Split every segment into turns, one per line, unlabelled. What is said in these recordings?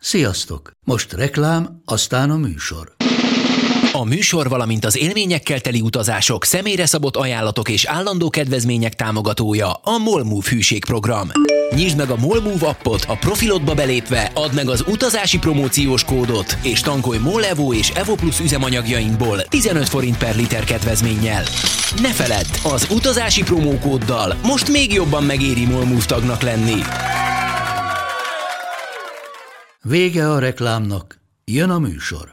Sziasztok! Most reklám, aztán a műsor.
A műsor, valamint az élményekkel teli utazások, személyre szabott ajánlatok és állandó kedvezmények támogatója a MOLMOVE hűségprogram. Nyisd meg a MOLMOVE appot a profilodba belépve, add meg az utazási promóciós kódot, és tankolj MOL Evo és Evo Plus üzemanyagjainkból 15 forint per liter kedvezménnyel. Ne feledd, az utazási promókóddal most még jobban megéri MOLMOVE tagnak lenni.
Vége a reklámnak, jön a műsor.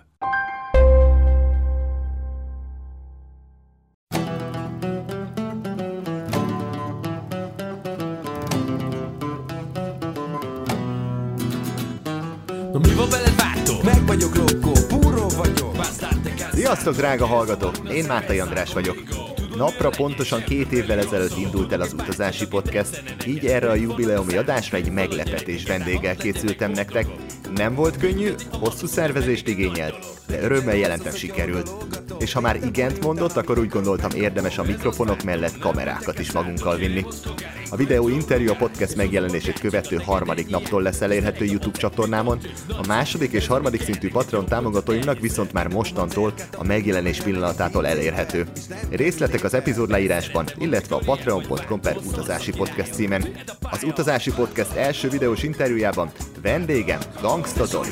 Na mi van veled, Vártó? Meg vagyok lokó, púró vagyok.
Sziasztok, drága hallgatók! Én Mátai András vagyok. Napra pontosan 2 évvel ezelőtt indult el az Utazási Podcast, így erre a jubileumi adásra egy meglepetés vendéggel készültem nektek. Nem volt könnyű, hosszú szervezést igényelt, de örömmel jelentem sikerült. És ha már igent mondott, akkor úgy gondoltam, érdemes a mikrofonok mellett kamerákat is magunkkal vinni. A videó interjú a podcast megjelenését követő 3. naptól lesz elérhető YouTube csatornámon, a 2. és 3. szintű Patreon támogatóimnak viszont már mostantól a megjelenés pillanatától elérhető. Részletek az epizód leírásban, illetve a patreon.com/utazási podcast címen. Az Utazási Podcast első videós interjújában vendégem Gangsta Zoli.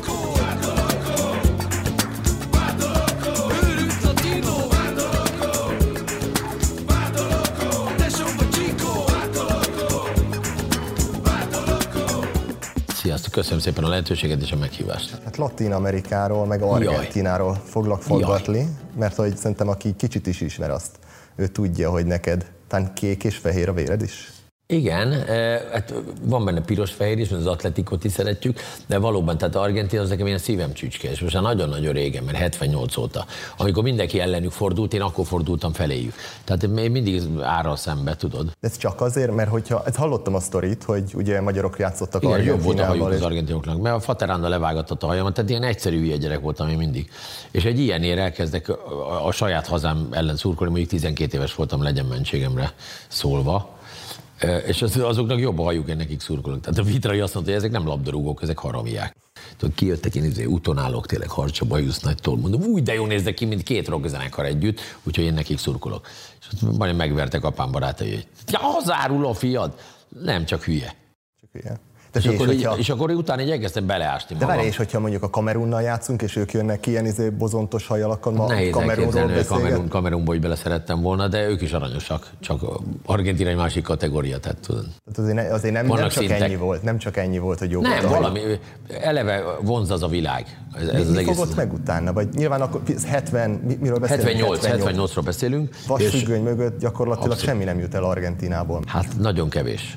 Sziasztok, köszönöm szépen a lehetőséget és a meghívást.
Hát Latin-Amerikáról, meg Argentináról foglak forgatni, mert hogy szerintem aki kicsit is ismer azt, ő tudja, hogy neked talán kék és fehér a véred is.
Igen, hát van benne piros-fehér is, mert az Atleticot is szeretjük, de valóban, tehát Argentina az nekem ilyen szívem csücske, és most már nagyon-nagyon régen, mert 78 óta. Amikor mindenki ellenük fordult, én akkor fordultam feléjük. Tehát én mindig árral szembe, tudod.
De ez csak azért, mert hogyha, hallottam a sztorit, hogy ugye magyarok játszottak
igen,
Argentinával.
Jobb volt a hajuk az argentinoknak, mert a Fateranda levágatott a hajamat, tehát ilyen egyszerű hülye gyerek voltam én mindig. És egy ilyenért elkezdek a saját hazám ellen szurkolni, mondjuk 12 éves voltam, legyen mentségemre szólva. És azoknak jobb a hajuk, én nekik szurkolok. Tehát a Vitrai azt mondta, hogy ezek nem labdarúgók, ezek haramiák. Tudod, kijöttek, én úton állok, tényleg Harcsa Bajusz nagytól, mondom, úgy de jól néznek ki, mint 2 rockzenekar együtt, úgyhogy én nekik szurkolok. És majd megvertek apám barátai, hogy hazárul a fiad. Nem, csak hülye.
Csak hülye.
És akkor utána egy egészen beleásni magam.
De várj, és hogyha mondjuk a Kamerunnal játszunk, és ők jönnek ki ilyen bozontos hajjal, akkor ma
nehéz
Kamerunról beszélget?
Kamerunból is bele szerettem volna, de ők is aranyosak, csak Argentina egy másik kategória, tehát tudod.
Azért nem csak ennyi volt, hogy jó
nem,
volt.
Valami, eleve vonz az a világ.
Mi fogott meg utána? Vagy nyilván akkor miről beszélünk?
78-ról beszélünk.
Vasfüggöny mögött gyakorlatilag semmi nem jut el Argentinából.
Hát nagyon kevés.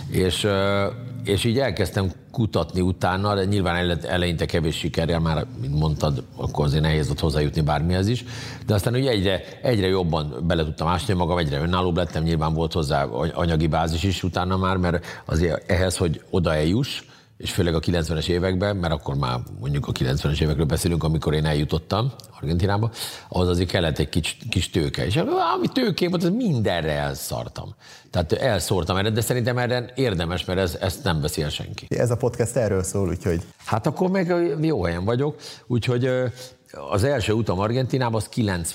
És így elkezdtem kutatni utána, de nyilván eleinte kevés sikerrel, már, mint mondtad, akkor azért nehéz volt hozzájutni bármihez is, de aztán ugye egyre jobban bele tudtam ásni magam, egyre önállóbb lettem, nyilván volt hozzá anyagi bázis is utána már, mert azért ehhez, hogy oda eljuss, és főleg a 90-es években, mert akkor már mondjuk a 90-es évekről beszélünk, amikor én eljutottam Argentinába, ahhoz azért kellett egy kis tőke. És ami tőké volt, az mindenre elszartam. Tehát elszórtam erre, de szerintem erre érdemes, mert ezt nem veszi el senki.
Ez a podcast erről szól, úgyhogy...
Hát akkor meg jó helyen vagyok, úgyhogy az első utam Argentinába az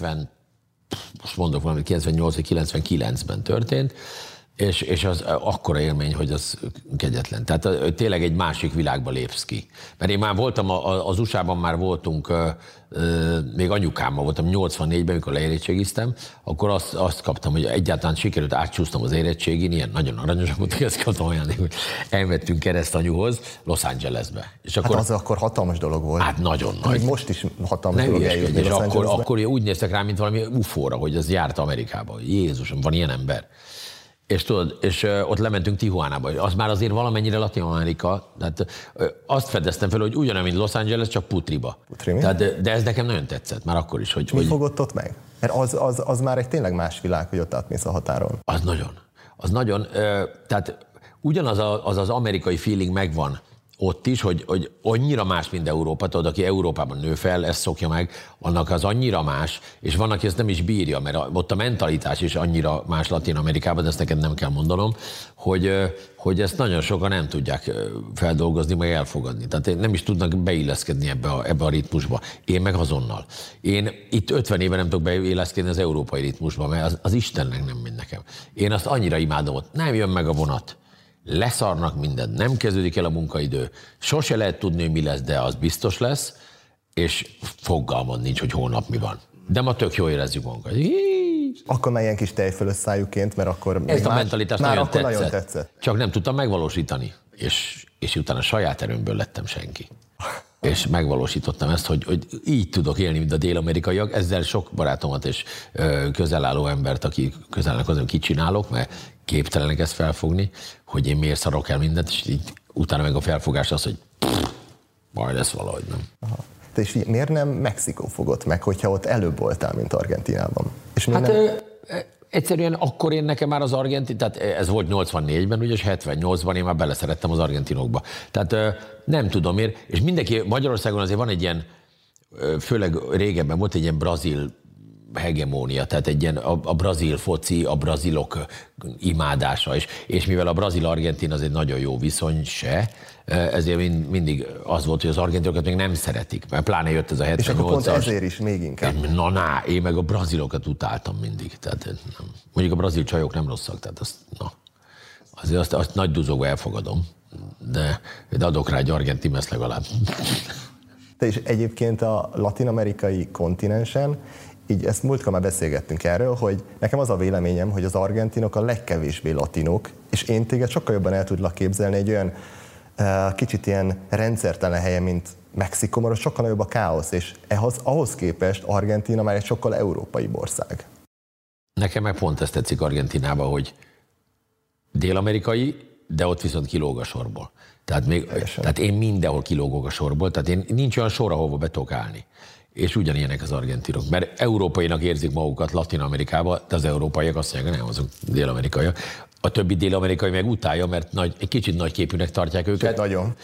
98 vagy 99-ben történt, és az akkora élmény, hogy az kegyetlen. Tehát tényleg egy másik világba lépsz ki. Mert én már voltam, az USA-ban már voltunk, még anyukámmal voltam 84-ben, amikor leérettségiztem, akkor azt kaptam, hogy egyáltalán sikerült, átcsúsztam az érettségin, ilyen nagyon aranyosak voltak, ezt kaptam ajándékot, hogy elmettünk keresztanyúhoz Los Angelesbe. És akkor,
hát az akkor hatalmas dolog volt.
Hát nagyon nagy.
Most is hatalmas dolog eljutni
és akkor úgy néztek rám, mint valami UFO-ra, hogy ez járt Amerikába. Jézusom, van ilyen ember. És tudod, ott lementünk Tijuánába, az már azért valamennyire Latin-Amerika, tehát azt fedeztem fel, hogy ugyanolyan, mint Los Angeles, csak putriba. Tehát, de ez nekem nagyon tetszett, már akkor is. Hogy
fogott ott meg? Mert az már egy tényleg más világ, hogy ott átmész a határon.
Az nagyon. Tehát ugyanaz az amerikai feeling megvan ott is, hogy annyira más, mint Európa, tudod, aki Európában nő fel, ezt szokja meg, annak az annyira más, és van, aki ezt nem is bírja, mert ott a mentalitás is annyira más Latin-Amerikában, de ezt neked nem kell mondanom, hogy ezt nagyon sokan nem tudják feldolgozni, meg elfogadni. Tehát nem is tudnak beilleszkedni ebbe a ritmusba. Én meg azonnal. Én itt 50 éve nem tudok beilleszkedni az európai ritmusba, mert az Istennek nem mind nekem. Én azt annyira imádom, ott nem jön meg a vonat. Leszarnak mindent, nem kezdődik el a munkaidő, sose lehet tudni, mi lesz, de az biztos lesz, és fogalmad nincs, hogy holnap mi van. De ma tök jól érezzük magunkat.
Akkor már ilyen kis tejfölös szájúként, mert akkor
ezt a mentalitást nagyon tetszett. Csak nem tudtam megvalósítani, és utána saját erőmből lettem senki. És megvalósítottam ezt, hogy így tudok élni, mint a dél-amerikaiak. Ezzel sok barátomat és közel álló embert, aki közel állnak azon, kicsinálok, mert képtelenek ezt felfogni, hogy én miért szarok el mindent, és így utána meg a felfogás az, hogy majd lesz valahogy, nem. Aha.
És miért nem Mexikó fogott meg, hogyha ott előbb voltál, mint Argentínában? És
hát egyszerűen akkor én nekem már az argentin, tehát ez volt 84-ben, ugye, és 78-ban én már beleszerettem az argentinokba. Tehát nem tudom miért, és mindenki, Magyarországon azért van egy ilyen, főleg régebben volt egy ilyen brazil hegemónia, tehát egy ilyen a brazil foci, a brazilok imádása, és mivel a brazil-argentin az egy nagyon jó viszony se, ezért mindig az volt, hogy az argentinokat még nem szeretik, mert pláne jött ez a 78-as.
És akkor pont ezért is még inkább.
Én meg a brazilokat utáltam mindig, tehát nem. Mondjuk a brazil csajok nem rosszak, tehát azért azt nagy duzogva elfogadom, de adok rá egy argentin meszt legalább.
Te is egyébként a latin-amerikai kontinensen, így ezt múltkor már beszélgettünk erről, hogy nekem az a véleményem, hogy az argentinok a legkevésbé latinok, és én téged sokkal jobban el tudlak képzelni egy olyan kicsit ilyen rendszertelen helyen, mint Mexikó, mert sokkal nagyobb a káosz, és ahhoz képest Argentína már egy sokkal európai ország.
Nekem meg pont ezt tetszik Argentínában, hogy dél-amerikai, de ott viszont kilóg a sorból. Tehát én mindenhol kilógok a sorból, tehát én nincs olyan sor, ahova be tudok állni. És ugyanilyenek az argentinok, mert európainak érzik magukat Latin-Amerikában, de az európaiak azt mondják, nem, azok dél-amerikaiak. A többi dél-amerikai meg utálja, mert egy kicsit nagyképűnek tartják őket.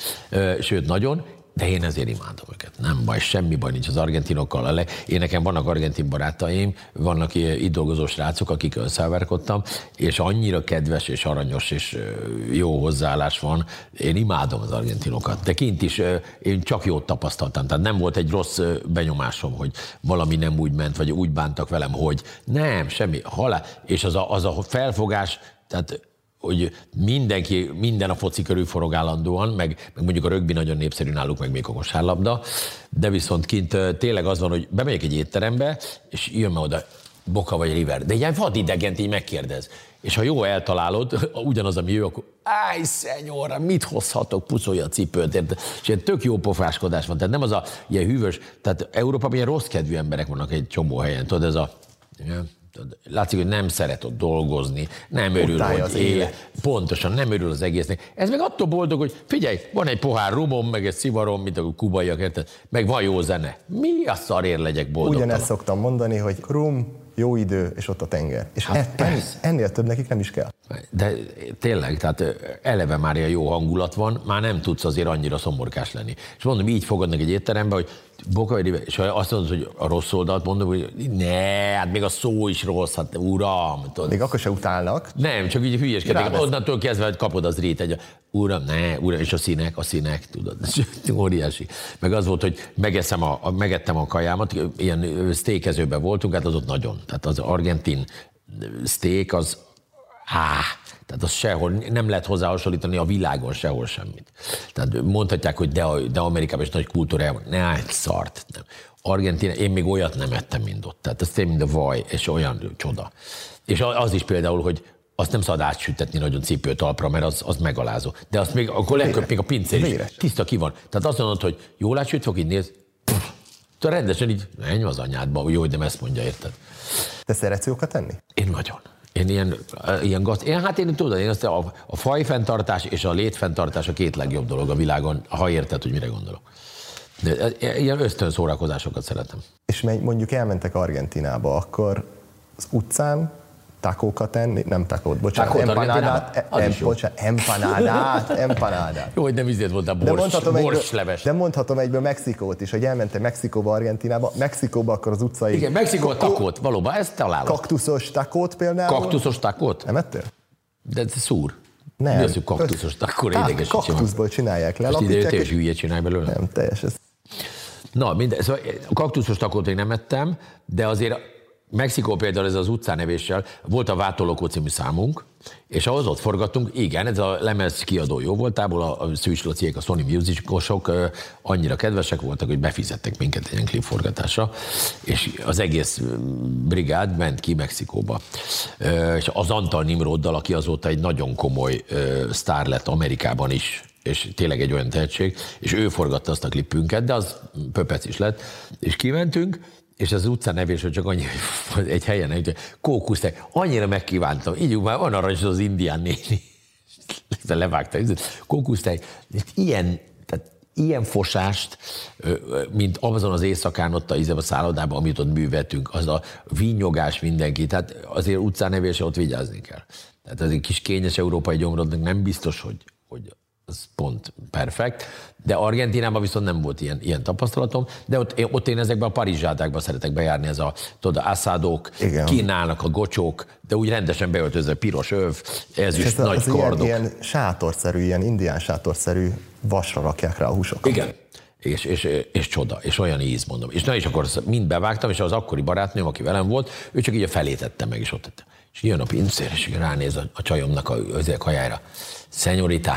Sőt, nagyon. De én ezért imádom őket. Nem baj, semmi baj nincs az argentinokkal. Én nekem vannak argentin barátaim, vannak itt dolgozó srácok, akikkel összeverkodtam, és annyira kedves és aranyos és jó hozzáállás van. Én imádom az argentinokat. De kint is én csak jót tapasztaltam. Tehát nem volt egy rossz benyomásom, hogy valami nem úgy ment, vagy úgy bántak velem, hogy nem, semmi. És az a felfogás, tehát hogy mindenki, minden a foci körül forog állandóan, meg mondjuk a rögbi nagyon népszerű náluk, meg még a kosárlabda, de viszont kint tényleg az van, hogy bemegyek egy étterembe, és jön meg oda Boca vagy River, de ilyen vadidegent így megkérdez. És ha jó eltalálod, ugyanaz, ami jó, akkor áj, szenyóra, mit hozhatok, pucolja a cipőt, és ilyen tök jó pofáskodás van, tehát nem az a ilyen hűvös, tehát Európában ilyen rossz kedvű emberek vannak egy csomó helyen, tudod, ez a... Látszik, hogy nem szeret ott dolgozni, nem örül, hogy él. Pontosan, nem örül az egésznek. Ez meg attól boldog, hogy figyelj, van egy pohár rumom, meg egy szivarom, mint a kubaiak, érted? Meg van jó zene. Mi a szarért legyek boldogtalan?
Ugyanezt szoktam mondani, hogy rum, jó idő, és ott a tenger. És ennél több nekik nem is kell.
De tényleg, tehát eleve már ilyen jó hangulat van, már nem tudsz azért annyira szomorkás lenni. És mondom, így fogadnak egy étterembe, hogy Boca, és ha azt mondod, hogy a rossz oldalt mondom, hogy ne, hát még a szó is rossz, hát uram. Tudod.
Még akkor se utálnak.
Nem, csak így hülyeskednek. Onnantól kezdve, hogy kapod az rét, uram, és a színek, tudod, óriási. Meg az volt, hogy megettem a kajámat, ilyen sztékezőben voltunk, hát az ott nagyon. Tehát az argentin szték az, tehát az sehol, nem lehet hozzá hasonlítani a világon sehol semmit. Tehát mondhatják, hogy de Amerikában is nagy kultúrájában, ne, egy szart. Nem. Argentina, én még olyat nem ettem, mint ott. Tehát ez tényleg mind a vaj, és olyan csoda. És az is például, hogy azt nem szabad átsütetni nagyon cipőtalpra, mert az megalázó. De azt még, akkor legköbb még a pincér is tiszta ki van. Tehát azt mondod, hogy jól átsüt fog, így néz, rendesen így, menj az anyádba, jó, hogy nem ezt mondja, érted?
Te szeretsz jókat tenni?
Én nagyon. Én én tudod, én azt a fajfenntartás és a létfenntartás a két legjobb dolog a világon, ha érted, hogy mire gondolok. De ilyen ösztön szórakozásokat szeretem.
És mondjuk elmentek Argentinába, akkor az utcán takókat enni, nem takót, bocsánat, empanádát.
Jó, hogy nem ízét voltál borsleves.
De mondhatom egyből Mexikót is, hogy elmentem Mexikóba, Argentinába. Mexikóba akkor az utcai...
Igen, Mexikó a takót, valóban, ezt találom.
Kaktuszos takót például.
Kaktuszos takót?
Nem ettél?
De ez szúr.
Nem.
Mi az, hogy kaktuszos takót?
Kaktuszból csinálják le.
Most ide és hülye csinálj belőle?
Nem, teljes ez.
Na, szóval a kaktuszos takót még nem ettem, de azért Mexikó például ez az utcánevéssel, volt a Vátolókó című számunk, és ahhoz ott forgattunk, igen, ez a lemez kiadó jó voltából, a Szűcs Laciék, a Sony Musicosok annyira kedvesek voltak, hogy befizettek minket egy ilyen klipforgatásra, és az egész brigád ment ki Mexikóba. És az Antal Nimroddal, aki azóta egy nagyon komoly sztár lett Amerikában is, és tényleg egy olyan tehetség, és ő forgatta azt a klipünket, de az pöpec is lett, és kimentünk, és az utcán nevésről csak annyi, egy helyen, hogy kókusztegy, annyira megkívántam, így már van arra is az indián néni, levágta, kókusztegy, ilyen fosást, mint azon az éjszakán ott a szállodában, amit ott művettünk, az a vinnyogás mindenki, tehát azért utcán nevésre ott vigyázni kell. Tehát az egy kis kényes európai gyomrodnak nem biztos, hogy az pont perfekt, de Argentínában viszont nem volt ilyen tapasztalatom, de ott én ezekben a parizsádákban szeretek bejárni, ez a aszádók, kínálnak a gocsók, de úgy rendesen beöltözve, piros öv, ezüst, nagy kardok.
Ilyen sátorszerű, ilyen indián sátorszerű vasra rakják rá a húsokat.
Igen. És csoda, és olyan íz, mondom. És na, és akkor mind bevágtam, és az akkori barátnőm, aki velem volt, ő csak így a felét tette meg, és ott tette. És jön a pincér, és ránéz a csajomnak a kajára. Señorita,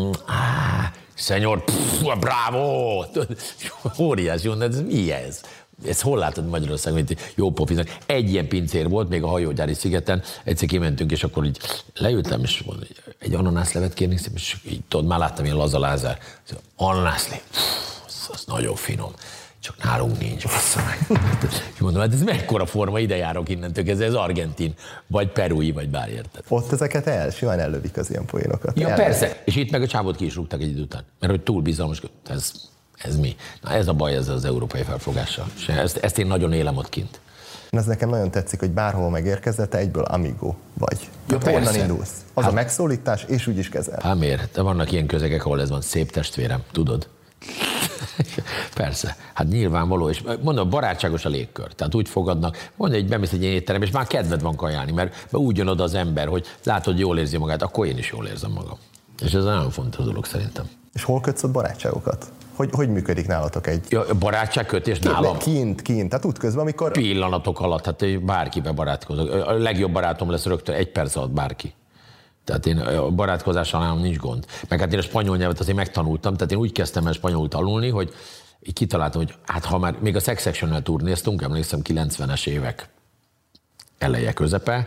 señor, bravo! Óriás, jó, de ez mi ez? Ez hol látod Magyarországon, mint jó pofiznak? Egy ilyen pincér volt, még a hajógyári szigeten, egyszer kimentünk, és akkor így leültem, és mondom, egy ananászlevet kérnék, és így tudod, már láttam ilyen Laza Lázár. Ananászlé, az nagyon finom. Csak nálunk nincs, bassza meg. És mondom, hát ez mekkora forma, ide járok innentől, ez argentin, vagy perui, vagy bár érted.
Ott ezeket simán ellövik az ilyen poénokat.
Ja, persze. És itt meg a csávot ki is rúgtak egy idő után. Mert hogy túl bizalmas, ez mi? Na ez a baj ezzel az európai felfogással. Ezt én nagyon élem ott kint.
Ez nekem nagyon tetszik, hogy bárhol megérkezett, te egyből amigo vagy.
Ja,
onnan indulsz. Az a megszólítás, és úgy is kezel.
Hát miért? De vannak ilyen közegek, ahol ez van, szép testvérem, tudod? Persze, hát nyilvánvaló, és mondom, barátságos a légkör, tehát úgy fogadnak, mondja, hogy bemész egy étterembe, és már kedved van kajálni, mert úgy jön oda az ember, hogy látod, jól érzi magát, akkor én is jól érzem magam. És ez nagyon fontos dolog szerintem.
És hol kötsz ott barátságokat? Hogy működik nálatok egy...
Ja, barátságkötés nálam?
Kint, tehát útközben, amikor...
Pillanatok alatt, hát bárkivel barátkozok. A legjobb barátom lesz rögtön 1 perc alatt bárki. Tehát én a barátkozással nálam nincs gond. Meg hát én a spanyol nyelvet azért megtanultam, tehát én úgy kezdtem el spanyolul tanulni, hogy így kitaláltam, hogy hát ha már még a Sex Section-nel turnéztunk, emlékszem 90-es évek eleje, közepe,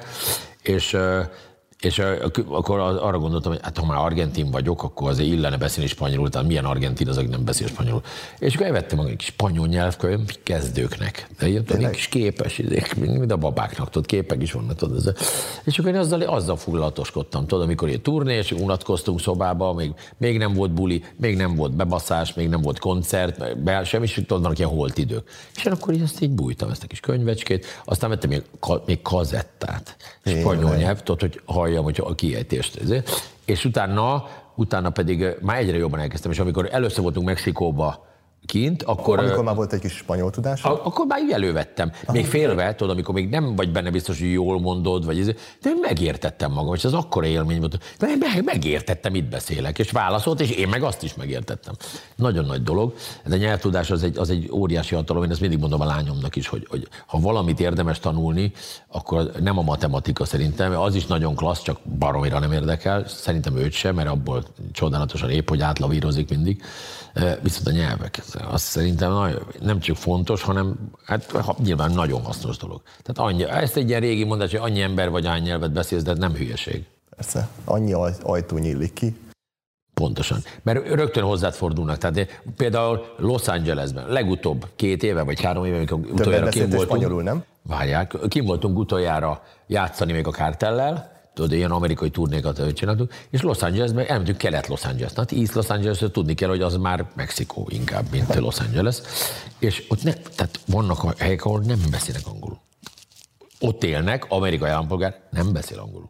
és akkor arra gondoltam, hogy hát ha már argentin vagyok, akkor azért illene beszélni spanyolul, tehát milyen argentin az, aki nem beszél spanyolul. És akkor elvettem magam egy kis spanyol nyelvkönyv kezdőknek. De ilyen kis képes, mint a babáknak, tudod, képek is vannak, tudod. És akkor én azzal foglalatoskodtam, tudod, amikor ilyen turné, és unatkoztunk szobába, még nem volt buli, még nem volt bebaszás, még nem volt koncert, semmi, és tudod, vannak ilyen holt idők. És én akkor ezt így bújtam, ezt a kis könyvecskét, aztán vettem még kazettát, spanyol nyelv, tudod, hogy halljam, hogy a kiejtést. És utána pedig már egyre jobban elkezdtem, és amikor először voltunk Mexikóba kint, akkor...
Amikor már volt egy kis spanyol tudás?
Akkor már így elővettem. Még félve, tudod, amikor még nem vagy benne biztos, hogy jól mondod, vagy de megértettem magam, és az akkora élmény volt, megértettem, mit beszélek, és válaszolt, és én meg azt is megértettem. Nagyon nagy dolog. Ez a nyelvtudás az egy óriási hatalom, én ezt mindig mondom a lányomnak is, hogy ha valamit érdemes tanulni, akkor nem a matematika szerintem, az is nagyon klassz, csak baromira nem érdekel, szerintem őt sem, mert abból csodálatosan épp, hogy átlavírozik mindig, viszont a nyelvek. Azt szerintem nem csak fontos, hanem hát nyilván nagyon hasznos dolog. Tehát ezt egy ilyen régi mondás, hogy annyi ember vagy annyi nyelvet beszélsz, de nem hülyeség.
Persze, annyi ajtó nyílik ki.
Pontosan. Mert rögtön hozzád fordulnak. Tehát például Los Angelesben legutóbb 2 éve vagy 3 éve, amikor utoljára kim voltunk.
Spanyolul, nem?
Várják, kim voltunk utoljára játszani még a Kártellel, tudod, ilyen amerikai turnékat csináltuk, és Los Angelesben elmentünk Kelet-Los Angeles. Hát East Los Angeles-ről tudni kell, hogy az már Mexikó inkább, mint Los Angeles. És ott tehát vannak a helyek, ahol nem beszélnek angolul. ott élnek, amerikai állampolgár, nem beszél angolul.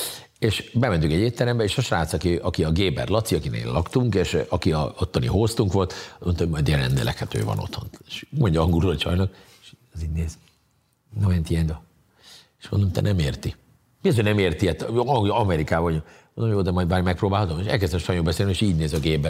És bementünk egy étterembe, és a srác, aki a Géber Laci, akinél laktunk, és aki a ottani hostunk volt, mondta, hogy majd én rendelek, hát ő van otthon. És mondja angolul a csajnak, és az így néz, no entiendo. És mondom, te nem érti. Mi az, hogy nem érti? Hát Amerikában vagyunk. Mondom, jó, de majd bár megpróbálhatom. És elkezdtem spanyol beszélni, és így néz a Géber.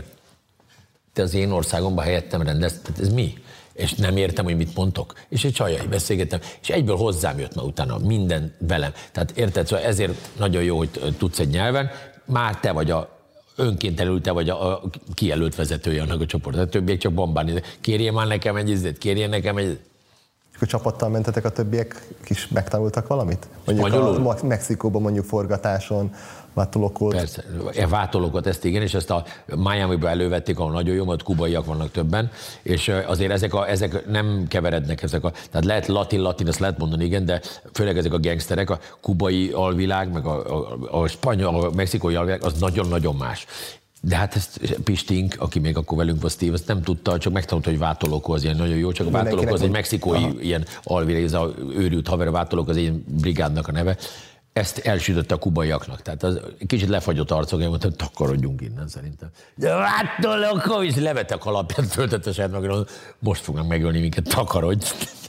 Te az én országomban helyettem rendez, tehát ez mi? És nem értem, hogy mit mondtok. És egy csajjal beszélgettem, és egyből hozzám jött ma utána minden velem. Tehát érted, szóval ezért nagyon jó, hogy tudsz egy nyelven, már te vagy önkéntelenül te vagy a kijelölt vezetője annak a csoportnak. A többiek csak bombálni. Kérjél már nekem egy ízét, kérjél nekem egy...
És a csapattal mentetek, a többiek is megtanultak valamit? Mondjuk
Magyarul?
a Mexikóban mondjuk forgatáson, vátolókot.
Persze, vátolókot, ezt igen, és ezt a Miami-ba elővették, ahol nagyon jó, majd kubaiak vannak többen, és azért ezek nem keverednek, tehát lehet latin, ezt lehet mondani, igen, de főleg ezek a gangsterek, a kubai alvilág, meg a spanyol, a mexikói alvilág, az nagyon-nagyon más. De hát ezt Pistink, aki még akkor velünk volt, Steve, ezt nem tudta, csak megtanulta, hogy vátolókó az ilyen nagyon jó, csak a vátolókó az egy mexikói ilyen alvilág, ez az őrült haver, a vátolókó az egy brigádnak a neve. Ezt elsütötte a kubaiaknak. Tehát az kicsit lefagyott arcok, én mondtam, takarodjunk innen szerintem. De vátolókó, és levette a kalapját, föltette saját magára, most fognak megölni minket, takarodj.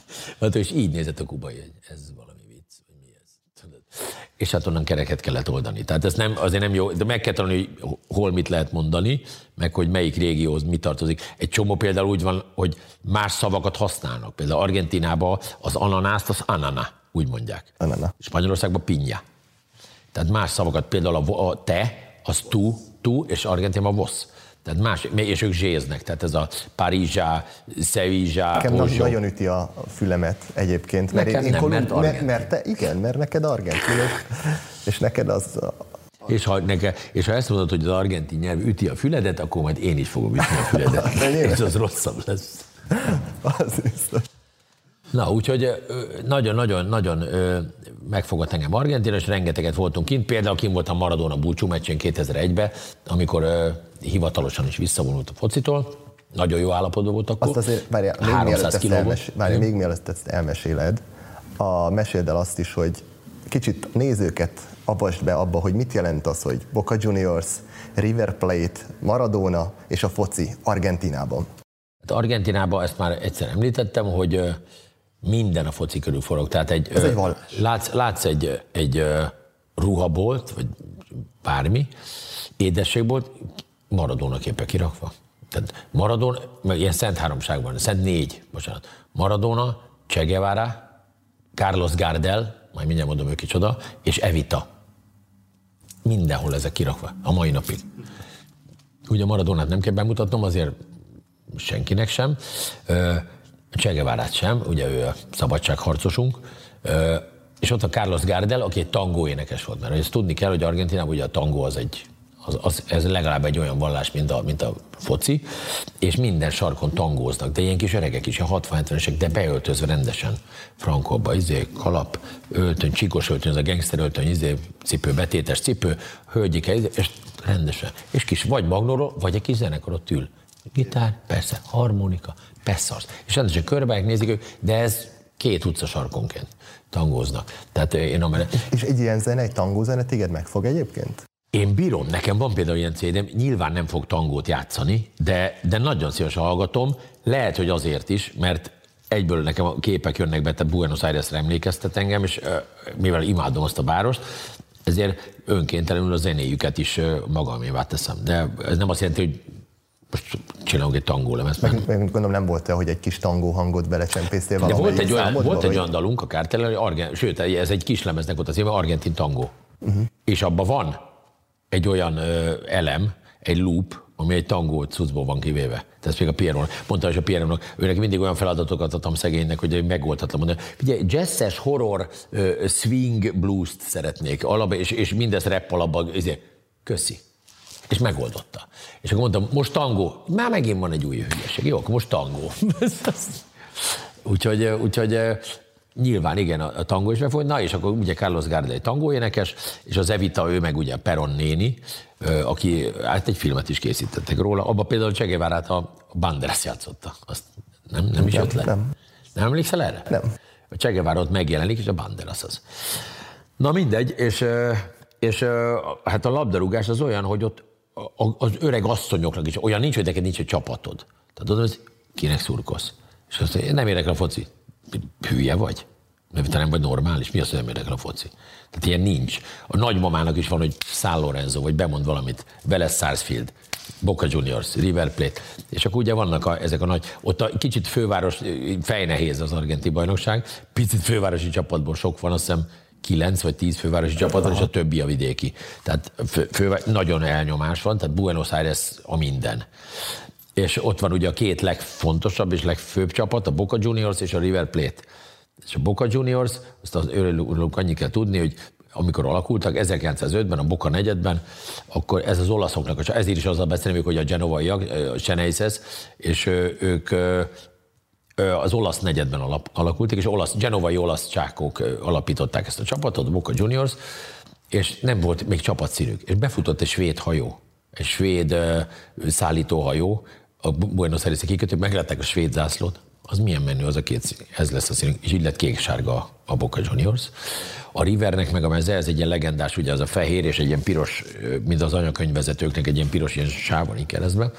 És így nézett a kubai, hogy ez valami vicc, vagy mi ez. És hát onnan kereket kellett oldani. Tehát ez nem, azért nem jó, de meg kell tanulni, hogy hol mit lehet mondani, meg hogy melyik régióhoz mi tartozik. Egy csomó például úgy van, hogy más szavakat használnak. Például Argentínában az ananászt, az anana, úgy mondják.
Anana.
Spanyolországban piña. Tehát más szavakat, például a te, az tu, és Argentínában vos. Tehát más, és ők zséznek, tehát ez a Parizsá, Sevilla,
nekem nagyon üti a fülemet egyébként.
Nekem nem, mert
argentin. Mert neked argentinos, és neked az...
És ha ezt mondod, hogy az argentin nyelv üti a füledet, akkor majd én is fogom ütni a füledet. És az rosszabb lesz.
Az biztos.
Na, úgyhogy nagyon-nagyon megfogott engem Argentina, és rengeteget voltunk kint. Például kint voltam Maradona búcsú meccsén 2001-ben, amikor hivatalosan is visszavonult a focitól. Nagyon jó állapotban volt akkor.
Azt azért, még mielőtt ezt elmeséled, meséld el azt is, hogy kicsit nézőket avasd be abba, hogy mit jelent az, hogy Boca Juniors, River Plate, Maradona és a foci Argentinában.
Argentinában ezt már egyszer említettem, hogy minden a foci körül forog. Tehát látsz egy ruhabolt, vagy bármi, édességbolt, Maradona képe kirakva. Tehát Maradona, meg ilyen Szent Háromságban, Szent Négy, bocsánat. Maradona, Che Guevara, Carlos Gardel, majd mindjárt mondom ő kicsoda, és Evita. Mindenhol ezek kirakva, a mai napig. Ugye Maradonát nem kell bemutatnom, azért senkinek sem. Che Guevarát sem, ugye ő a szabadságharcosunk, és ott a Carlos Gardel, aki egy tangó énekes volt, mert ezt tudni kell, hogy Argentinában ugye a tangó ez legalább egy olyan vallás, mint a foci, és minden sarkon tangóznak, de ilyen kis öregek is, a 60-70-esek, de beöltözve rendesen, frankóba, kalap, öltöny, csíkos öltöny, ez a gangster öltöny, cipő, betétes cipő, hölgyike, és rendesen. És kis vagy magnóról, vagy egy kis zenekar ott ül. Gitár, persze, harmonika, pesszarsz. És rendesen körbeállják, nézik ők, de ez 2 utca sarkonként tangóznak. Tehát
És egy ilyen zene, egy tangózene téged megfog egyébként?
Én bírom, nekem van például ilyen CD-m, nyilván nem fog tangót játszani, de nagyon szívesen hallgatom, lehet, hogy azért is, mert egyből nekem a képek jönnek be, tehát Buenos Airesre emlékeztet engem, és mivel imádom azt a várost, ezért önkéntelenül a zenéjüket is magamévá teszem. De ez nem azt jelenti, hogy most csinálunk egy tangólemezt.
Meg gondolom nem volt hogy egy kis tangó hangot belecsempésztél valamelyik
számodba? Volt egy olyan dalunk a Kártellen, sőt, ez egy kis lemeznek volt az éve, argentin tangó. És abban van egy olyan elem, egy loop, ami egy tangó cuccból van kivéve. Tehát még a Pierre-nak. Mondta, hogy a Pierre-nak, őnek mindig olyan feladatokat adtam szegénynek, hogy megoldhatatlan mondani. Figyelj, jazzes, horror, swing blues-t szeretnék, és mindezt rap alapban, köszi. És megoldotta. És akkor mondtam, most tangó. Már megint van egy új hülyeség. Jó, akkor most tangó. úgyhogy nyilván igen, a tangó is megfog. Na és akkor ugye Carlos Gardel egy tangó énekes, és az Evita, ő meg ugye Perón néni, aki, hát egy filmet is készítettek róla. Abban például Che Guevarát a Banderas játszotta. Azt nem is jött le?
Nem.
Nem emlékszel erre?
Nem.
A Che Guevara ott megjelenik, és a Banderas az. Na mindegy, és hát a labdarúgás az olyan, hogy ott az öreg asszonyoknak is olyan nincs, hogy neked nincs egy csapatod. Tehát oda, hogy kinek szurkolsz. És azt mondja, nem érdekel a foci. Hülye vagy? Te nem vagy normális? Mi az, hogy nem érdekel a foci? Tehát ilyen nincs. A nagymamának is van, hogy San Lorenzo, vagy bemond valamit, Vélez Sarsfield, Boca Juniors, River Plate, és akkor ugye vannak ezek a nagy, ott a kicsit főváros, fejnehéz az argentin bajnokság, picit fővárosi csapatból sok van, azt hiszem 9 vagy 10 fővárosi csapat van, és a többi a vidéki. Tehát nagyon elnyomás van, tehát Buenos Aires a minden. És ott van ugye a két legfontosabb és legfőbb csapat, a Boca Juniors és a River Plate. És a Boca Juniors, azt az örülünk annyit kell tudni, hogy amikor alakultak, 1905-ben, a Boca negyedben, akkor ez az olaszoknak, ezért is azzal beszélünk, hogy a genovaiak, a Xeneises, és ők az olasz negyedben alakultak, és genovai olasz csákók alapították ezt a csapatot, a Boca Juniors, és nem volt még csapatszínük. És befutott egy svéd hajó, egy svéd szállítóhajó, a Buenos Aires kikötő, meglátták a svéd zászlót, az milyen menő, az a két szín, ez lesz a színünk, és így lett kék-sárga a Boca Juniors. A Rivernek meg a meze, ez egy ilyen legendás, ugye az a fehér és egy ilyen piros, mint az anyakönyvvezetőknek egy ilyen piros ilyen sávon így keresztbe.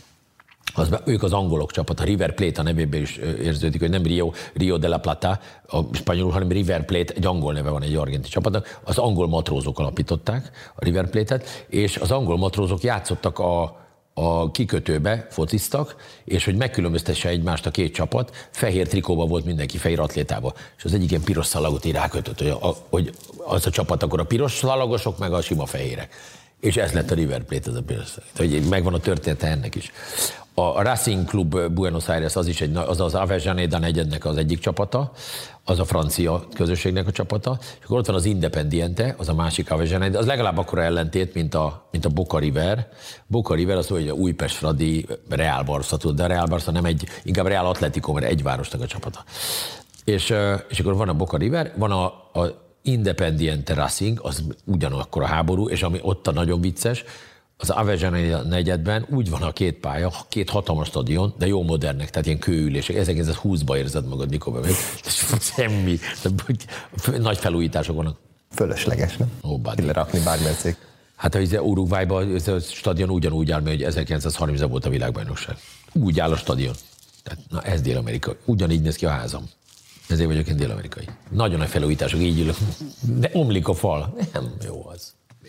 Ők az angolok csapat, a River Plate a nevében is érződik, hogy nem Rio de la Plata, a spanyolul, hanem River Plate, egy angol neve van egy argentin csapatnak. Az angol matrózok alapították a River Plate-et, és az angol matrózok játszottak a kikötőbe, fociztak, és hogy megkülönböztesse egymást a két csapat, fehér trikóban volt mindenki, fehér atlétában. És az egyik ilyen piros szalagot így rákötött, hogy az a csapat akkor a piros szalagosok, meg a sima fehérek. És ez lett a River Plate, ez a piros szalagot. Megvan a története ennek is. A Racing Club Buenos Aires az is az Avellaneda negyednek az egyik csapata, az a francia közösségnek a csapata, és akkor ott van az Independiente, az a másik Avellaneda, az legalább akkora ellentét, mint a Boca River. Boca River az, hogy a Újpest-Fradi Real Barca, de a Real Barca nem inkább Real Atletico, mert egy városnak a csapata. És akkor van a Boca River, van a Independiente Racing, az ugyanakkor a háború, és ami ott a nagyon vicces, az Avellaneda negyedben úgy van a két pálya, két hatalmas stadion, de jó modernek, tehát ilyen kőülések. 1920-ban érzed magad, mikor bemegy. Semmi. Nagy felújítások vannak.
Fölösleges, nem? Lerakni bármilyen cég.
Hát az Uruguayban a stadion ugyanúgy áll, hogy 1930-ban volt a világbajnokság. Úgy áll a stadion. Tehát, na ez Dél-Amerika. Ugyanígy néz ki a házam. Ezért vagyok én dél-amerikai. Nagyon nagy felújítások, így ülök. De omlik a fal. Nem jó az.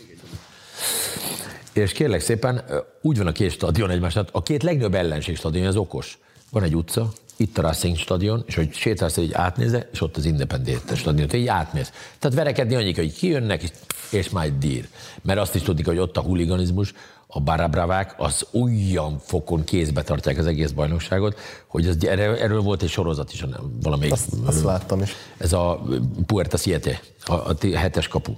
És kérlek szépen, úgy van a két stadion egymásnak, a két legnagyobb ellenség stadion az okos. Van egy utca, itt a Racing stadion, és hogy sétálsz, így átnézel, és ott az Independiente stadion, így átmész. Tehát verekedni annyi, hogy kijönnek, és majd dír. Mert azt is tudni, hogy ott a huliganizmus, a barabravák, az olyan fokon kézbe tartják az egész bajnokságot, hogy erről volt egy sorozat is, valamelyik.
Azt láttam is.
Ez a Puerta Siete, a 7-es kapu.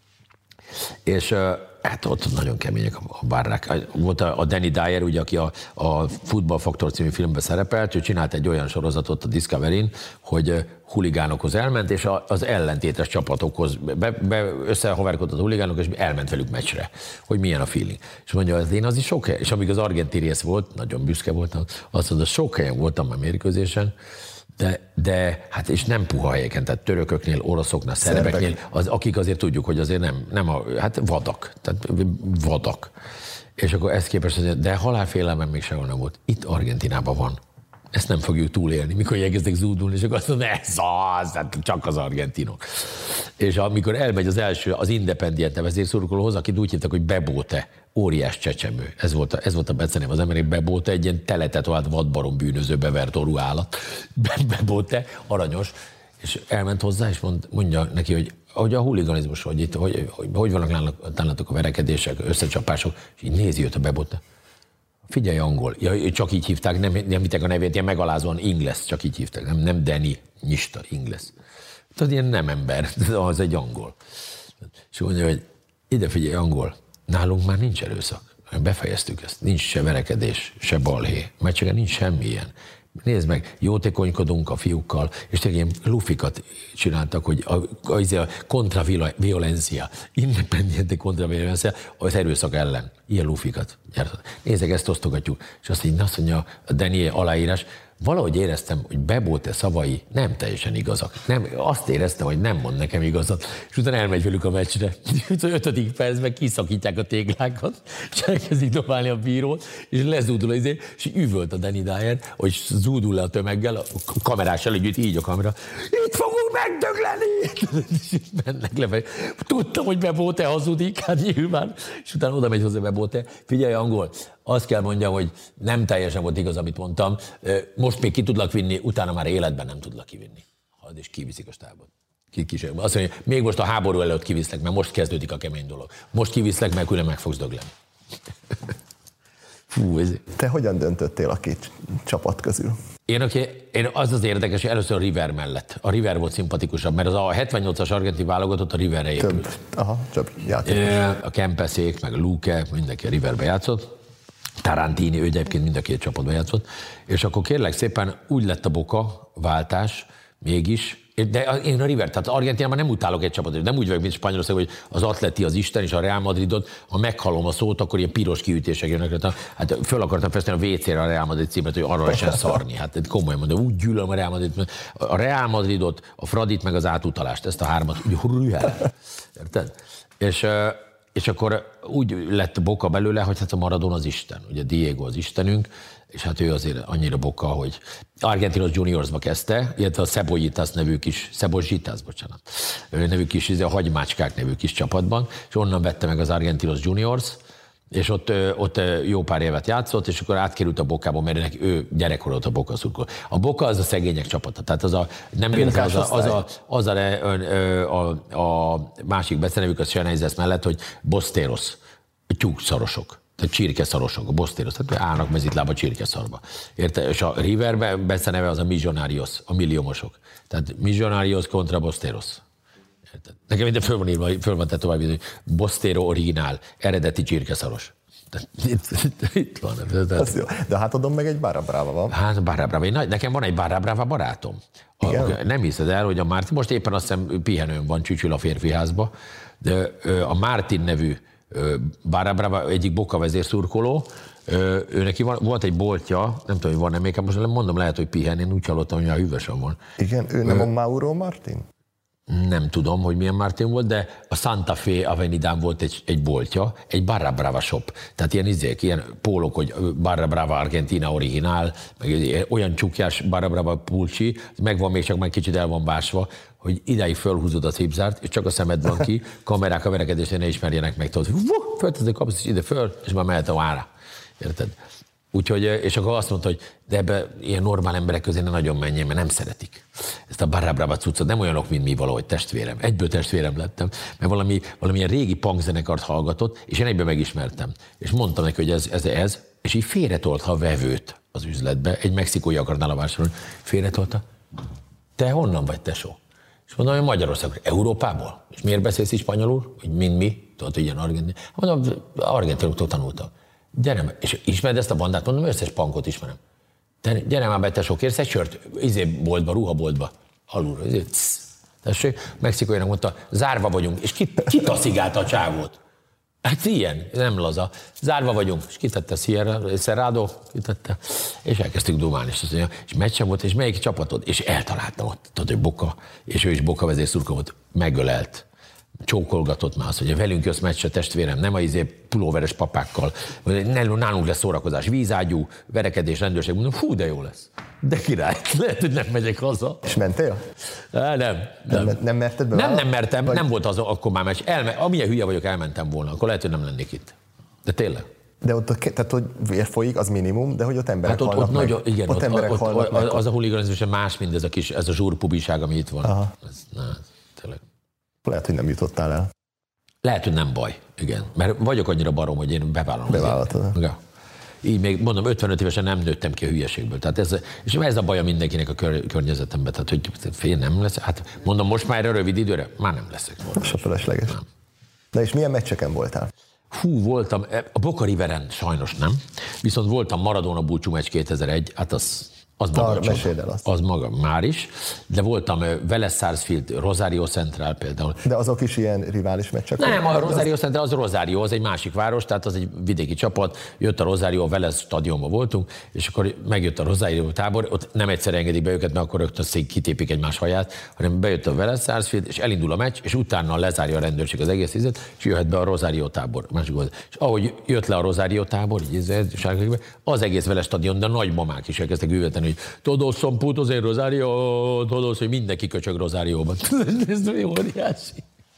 És hát ott nagyon kemények a bárrák. Volt a Danny Dyer, ugye, aki a Football Factor című filmben szerepelt, ő csinált egy olyan sorozatot a Discovery-n, hogy huligánokhoz elment, és az ellentétes csapatokhoz összehaverkodott a huligánok, és elment velük meccsre, hogy milyen a feeling. És mondja, az én az is sok hely, és amíg az argentin rész volt, nagyon büszke voltam, azt mondta, sok helyen voltam a mérkőzésen, de hát és nem puha helyeken, tehát törököknél, oroszoknál, szerbeknél, akik azért tudjuk, hogy azért nem hát vadak, tehát vadak. És akkor ezt képest, de halálfélelmem még sehol nem volt. Itt Argentinában van. Ezt nem fogjuk túlélni. Mikor elkezdtek zúdulni, és akkor azt mondom, ez az, hát csak az argentinok. És amikor elmegy az első, az Independiente vezérszurkolóhoz, akit úgy hívtak, hogy Bebote, óriás csecsemő. Ez volt a becenem az emberek, Bebote, egy ilyen teletetovált vadbarom bűnöző bevert orrú állat. Bebote, aranyos. És elment hozzá, és mondja neki, hogy a huliganizmus, hogy vannak nálatok a verekedések, összecsapások, és így nézi őt a Bebote. Figyelj, angol. Ja, csak így hívták, nem hittek a nevét, ilyen megalázóan Ingles, csak így hívták. Nem Danny, Nyista, Ingles. Tehát ilyen nem ember, az egy angol. És mondja, hogy ide figyelj, angol, nálunk már nincs erőszak. Befejeztük ezt. Nincs se verekedés, se balhé. Meccseken nincs semmi ilyen. Nézd meg, jótékonykodunk a fiúkkal, és tényleg ilyen lufikat csináltak, hogy a kontra violencia, Independiente kontra violencia, az erőszak ellen. ilyen lufikat. Nézzek, ezt osztogatjuk. És azt mondja a Daniel aláírás, valahogy éreztem, hogy Bebote szavai nem teljesen igazak. Nem, azt éreztem, hogy nem mond nekem igazat. És utána elmegy velük a meccsre. Az 5. percben kiszakítják a téglákat, és elkezdik dobálni a bírót, és lezúdul és üvölt a Danny Dyer, hogy zúdul le a tömeggel, a kamerással együtt, így a kamera. Itt fogunk megdögleni! És mennek lefelé. Tudtam, hogy Bebote hazudik, hát nyilván. És utána oda megy hozzá Bebote. Figyelj, angol, azt kell mondjam, hogy nem teljesen volt igaz, amit mondtam. Most még ki tudlak vinni, utána már életben nem tudlak kivinni. Halad, és kiviszik a stábot. Azt mondja, még most a háború előtt kiviszlek, mert most kezdődik a kemény dolog. Most kiviszlek, mert külön meg fogsz dögleni.
Te hogyan döntöttél a két csapat közül?
Én az érdekes, hogy először a River mellett. A River volt szimpatikusabb, mert az a 78-as argentin válogatott a Riverre épült.
Több játékos.
A Kempeszék, meg a Luque, mindenki a Riverbe játszott. Tarantini, ő egyébként mind a két csapatban játszott. És akkor kérlek szépen úgy lett a Boca váltás, mégis, de én a River, tehát Argentinában nem utálok egy csapatot, nem úgy vagyok, mint Spanyolország, hogy az Atleti az Isten, és a Real Madridot, ha meghallom a szót, akkor ilyen piros kiütések jönnek. Hát föl akartam festeni a WC-re a Real Madrid címet, hogy arra lehessen szarni. Hát komolyan mondom, úgy gyűlöm a Real Madridot, a Real Madridot, a Fradit, meg az átutalást, ezt a hármat, úgy érted? És akkor úgy lett Boca belőle, hogy hát a Maradona az Isten, ugye Diego az Istenünk, és hát ő azért annyira Boca, hogy Argentinos Juniorsba kezdte, illetve a Cebollitas nevű kis, nevű kis, a hagymácskák nevű kis csapatban, és onnan vette meg az Argentinos Juniors, és ott jó pár évet játszott, és akkor átkerült a Bocába, mert ő gyerekkor volt a Boca szurkoló. A Boca az a szegények csapata, tehát a másik becenevük a Xeneises mellett, hogy Bosteros, tyúkszarosok. Tehát csirkeszarosok, a Bosteros, tehát állnak mezitlába csirkeszarba. Érte? És a Riverben beceneve az a Millonarios, a milliómosok. Tehát Millonarios kontra Bosteros. Érted? Nekem ide föl van tovább, hogy Bostero originál, eredeti csirkeszaros. Itt van.
De hát adom meg egy Barra Brava van.
Hát Barra Brava. Nekem van egy Barra Brava barátom. Nem hiszed el, hogy a Martin, most éppen azt hiszem pihenőn van, csücsül a férfiházba, de a Martin nevű Barra Brava egyik Boca vezérszurkoló, ő neki volt egy boltja, nem tudom, hogy van-e még, most mondom, lehet, hogy pihen, én úgy hallottam, hogy a hűvösen van.
Igen, ő nem a Mauro Martin?
Nem tudom, hogy milyen Martin volt, de a Santa Fe Avenidán volt egy boltja, egy Barra Brava shop. Tehát ilyen pólok, hogy Barra Brava Argentina originál, meg olyan csukjás Barra Brava pulcsi, megvan még, csak már kicsit el van básva, hogy idáig fölhúzod a cipzárt, és csak a szemed van ki, kamerák a verekedésre ne ismerjenek meg, tudod, fölteszed, kapsz ide föl, és már mehet a vára. Érted? Úgyhogy, és akkor azt mondta, hogy de ebbe ilyen normál emberek közé ne nagyon menjen, mert nem szeretik. Ezt a Barra Brava cuccot, nem olyanok, mint mi valahogy testvérem. Egyből testvérem lettem, mert valamilyen régi punkzenekart hallgatott, és én egyből megismertem. És mondtam neki, hogy ez, és így félretolta a vevőt az üzletbe, egy mexikói akarnál a vásárolni, félretolta. Te honnan vagy, tesó? És mondom, hogy Magyarországról, Európából. És miért beszélsz spanyolul? Hogy mint mi? Tudod, hogy ilyen argentin. Mondom, argentinoktól tanultam. Gyere, és ismered ezt a bandát? Mondom, összes punkot ismerem. Gyere már be, tesó, kérsz egy sört? Boltba, ruhaboltba. Alulra. Tessék, mexikóinak mondta, zárva vagyunk. És kitaszigálta a csávót. Hát ilyen, nem laza. Zárva vagyunk. És kitette Cerrado, kitette. És elkezdtük dumálni. És azt mondja, és meccsem volt, és melyik csapatod? És eltaláltam ott. Tudod, hogy Boca, és ő is Boca vezérszurkoló volt. Megölelt. Csókolgatott már azt, hogy velünk jössz meccsre, testvérem, nem a pulóveres papákkal, nálunk lesz szórakozás, vízágyú, verekedés, rendőrség, mondom, fú, de jó lesz. De király, lehet, hogy nem megyek haza.
És mentél? Nem merted be?
Nem mertem, vagy... nem volt az akkor már meccs. Amilyen hülye vagyok, elmentem volna, akkor lehet, hogy nem lennék itt. De tényleg.
De ott, tehát, hogy vér folyik, az minimum, de hogy ott emberek
hát
halnak meg.
Igen, ott emberek halnak meg. Az a huliganizmus más, mint ez a zsúrpubiság, ami itt van. Tényleg.
Lehet, hogy nem jutottál el.
Lehet, hogy nem baj, igen. Mert vagyok annyira barom, hogy én bevállalom.
Bevállaltad.
Ja. Így még mondom, 55 évesen nem nőttem ki a hülyeségből. Tehát ez a baja mindenkinek a környezetemben. Tehát, hogy fél nem lesz. Hát mondom, most már erre rövid időre, már nem leszek.
Se felesleges. Nem. Na és milyen meccseken voltál?
Voltam, a Boca Riveren sajnos nem, viszont voltam Maradona búcsú meccs 2001, hát az Az maga
meséld el azt.
Az maga már is, de voltam Vélez Sarsfield, Rosario Central például.
De azok is ilyen rivális meccsek?
Nem, a Rosario Central az Rosario, az egy másik város, tehát az egy vidéki csapat, jött a Rosario, a Vélez stadionban voltunk, és akkor megjött a Rosario tábor, ott nem egyszer engedik be őket, mert akkor rögtön kitépik egymás haját, hanem bejött a Vélez Sarsfield, és elindul a meccs, és utána lezárja a rendőrség az egész izet, és jöhet be a Rosario tábor. És ahogy jött le a Rosario tábor, az egész Vélez stadion, de nagymamák is elkezdtek üvölteni, hogy todos son putos en Rosario, todos, hogy mindenki köcsög Rosarióban. Ez óriási.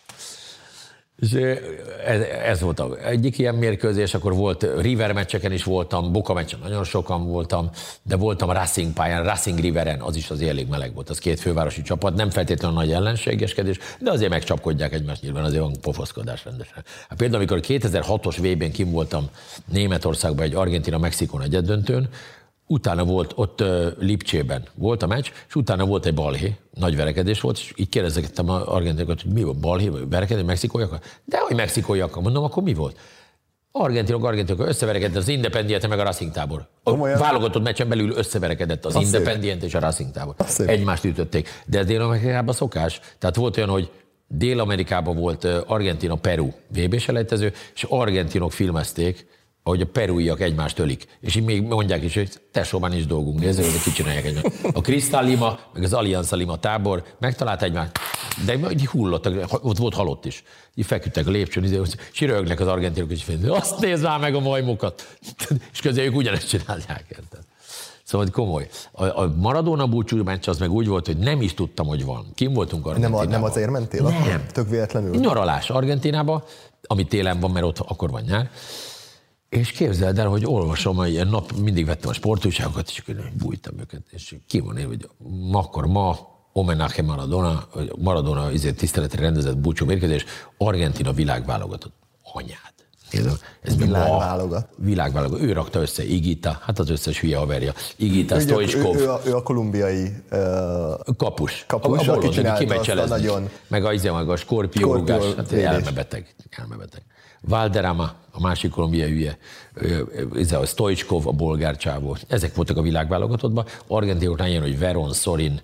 És ez volt egyik ilyen mérkőzés, akkor volt River meccseken is voltam, Boca meccsen nagyon sokan voltam, de voltam Racing pályán, Racing Riveren, az is azért elég meleg volt, az két fővárosi csapat, nem feltétlenül nagy ellenségeskedés, de azért megcsapkodják egymást, nyilván azért van pofoszkodás rendesen. Hát például, amikor 2006-os VB-n kim voltam Németországban egy Argentina-Mexikó negyeddöntőn, utána volt ott Lipcsében volt a meccs, és utána volt egy balhé, nagy verekedés volt, és így kérdezgettem az argentinokat, hogy mi volt, balhé, verekedés, mexikóiak? De hogy mexikóiak, mondom, akkor mi volt? Argentinok összeverekedett az Independiente meg a Racing tábor. A válogatott meccsen belül összeverekedett az Independiente és a Racing tábor. Egymást ütötték. De ez Dél-Amerikában szokás. Tehát volt olyan, hogy Dél-Amerikában volt Argentina-Peru VB-selejtező, és argentinok filmezték, ahogy a perúiak egymást ölik. És így még mondják is, hogy tesóban is dolgunk, nézzük, hogy kicsinálják egymást. A Cristal Lima, meg az Alianza Lima tábor megtalált egymást, de így hullottak, ott volt halott is. Így feküdtek a lépcsőn, és rögnek az argentinok, és azt nézd már meg a majmokat. És közben ők ugyanezt csinálják, érted? Szóval komoly. A Maradona búcsú meccs az meg úgy volt, hogy nem is tudtam, hogy van. Kim voltunk Argentinában.
Nem azért mentél?
Nem.
Tök véletlenül?
Nyaralás Argentínába, ami télen van, mert ott akkor van nyár. És képzeld el, hogy olvasom, hogy ilyen nap mindig vettem a sportújságokat, és akkor bújtam őket, és ki van ér, hogy ma homenaje Maradona tiszteletre rendezett búcsú mérkőzés, Argentina világválogatott. Anyád. Ez világválogatott. Ő rakta össze Igita, hát az összes hülye haverja. Igita, Stoichkov.
Ő a kolumbiai
kapus.
A aki csinálta azt a
nagyon... Meg a skorpiórugás, hát elmebeteg. Valderrama, a másik kolumbiai hülye, a Stoichkov, a bolgár csávó. Ezek voltak a világválogatottban. Argentinoknál ilyen, hogy Veron, Sorin,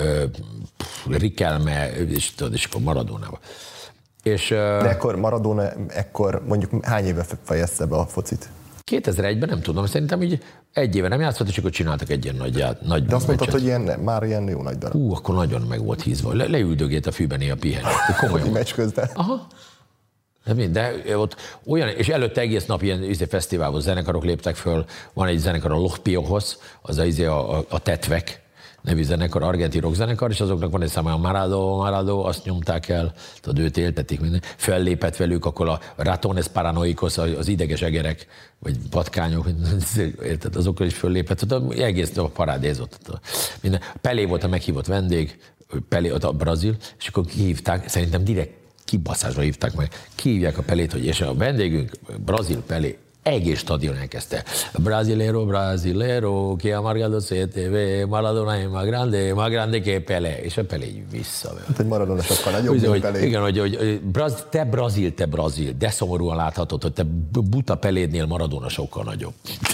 Riquelme, és akkor Maradonával. De
akkor Maradona, mondjuk hány éve fejezte be a focit?
2001-ben nem tudom, szerintem így egy éve nem játszott, és akkor csináltak egy ilyen nagy
de azt mondtad, hogy már ilyen jó nagy darab.
Akkor nagyon meg volt hízva. Leüldögélt a fűben néha pihenni. Komolyan.
Meccs közben. Aha.
De ott olyan, és előtte egész nap ilyen fesztiválban zenekarok léptek föl, van egy zenekar, a Los Piojos, az a Tetvek nevű zenekar, argentin rock zenekar, és azoknak van egy száma, a Marado, azt nyomták el, tudod, őt éltetik minden. Fellépett velük, akkor a Ratones Paranoicos, az ideges egerek, vagy patkányok, érted, azokkal is föllépett, egész a parádézott. Pelé volt a meghívott vendég, Pelé, a brazil, és akkor kihívták, szerintem direkt kibaszásra hívták meg. Kihívják a Pelét, hogy és a vendégünk, Brazil Pelé, egész stadion elkezdte. Brasilero, que amargado CTV, Maradona es más grande que Pelé. És a Pelé vissza.
Hát, hogy Maradona sokkal nagyobb, mint Pelé.
Igen, hogy te Brazil, de szomorúan láthatod, hogy te buta Pelédnél Maradona sokkal nagyobb.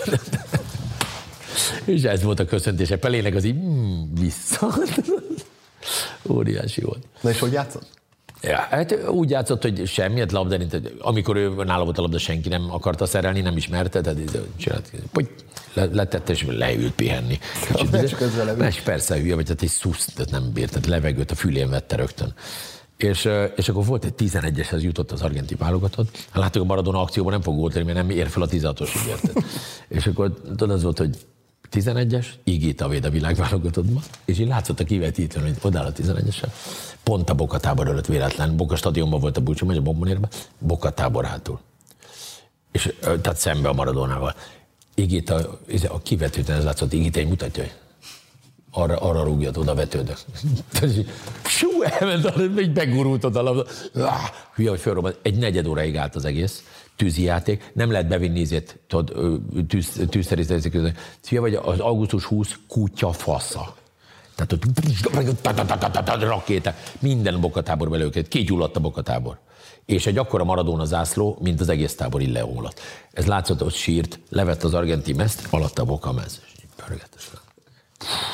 És ez volt a köszöntése Pelének, az így vissza. Óriási volt.
Na és hogy játszott?
Ja, hát úgy játszott, hogy semmiet labda, amikor ő nála volt a labda, senki nem akarta szerelni, nem ismerte, tehát csinált, hogy letette és leült pihenni. Persze hülye, vagy tehát egy szusz, nem bírt, tehát levegőt a fülén vette rögtön. És akkor volt egy 11-eshez jutott az argentin válogatott. Hát láttuk, a Maradona akcióban nem fog gólt tenni, mert nem ér fel a 16-osig, érted. És akkor tudod, az volt, hogy 11-es, Igita véd a világválogatottban, és így látszott a kivetítőn, hogy odáll a 11-esre. Pont a Boca tábor előtt véletlen. Boca stadionban volt a búcsú, megy a bombonérbe, Boca tábor hátul. És tehát szembe a Maradonával. Igita, a kivetítőn ez látszott, Igita így mutatja, hogy arra rúgjad, oda vetődök. Sú, elment, így begurult oda a labda. Hülye, hogy fölrobbant. Egy negyed óráig állt az egész. Tűzi játék, nem lehet bevinni ízét, tűzszerítési között. Fia vagy az augusztus 20 kutya fasza. Tehát ott rakéták, minden Boca táborba előket, kigyulladt a Boca tábor. És egy akkora Maradona zászló, mint az egész tábor így leomlott. Ez látszott, ott sírt, levett az argentin mezt, alatt a Boca mez. És így pörgett.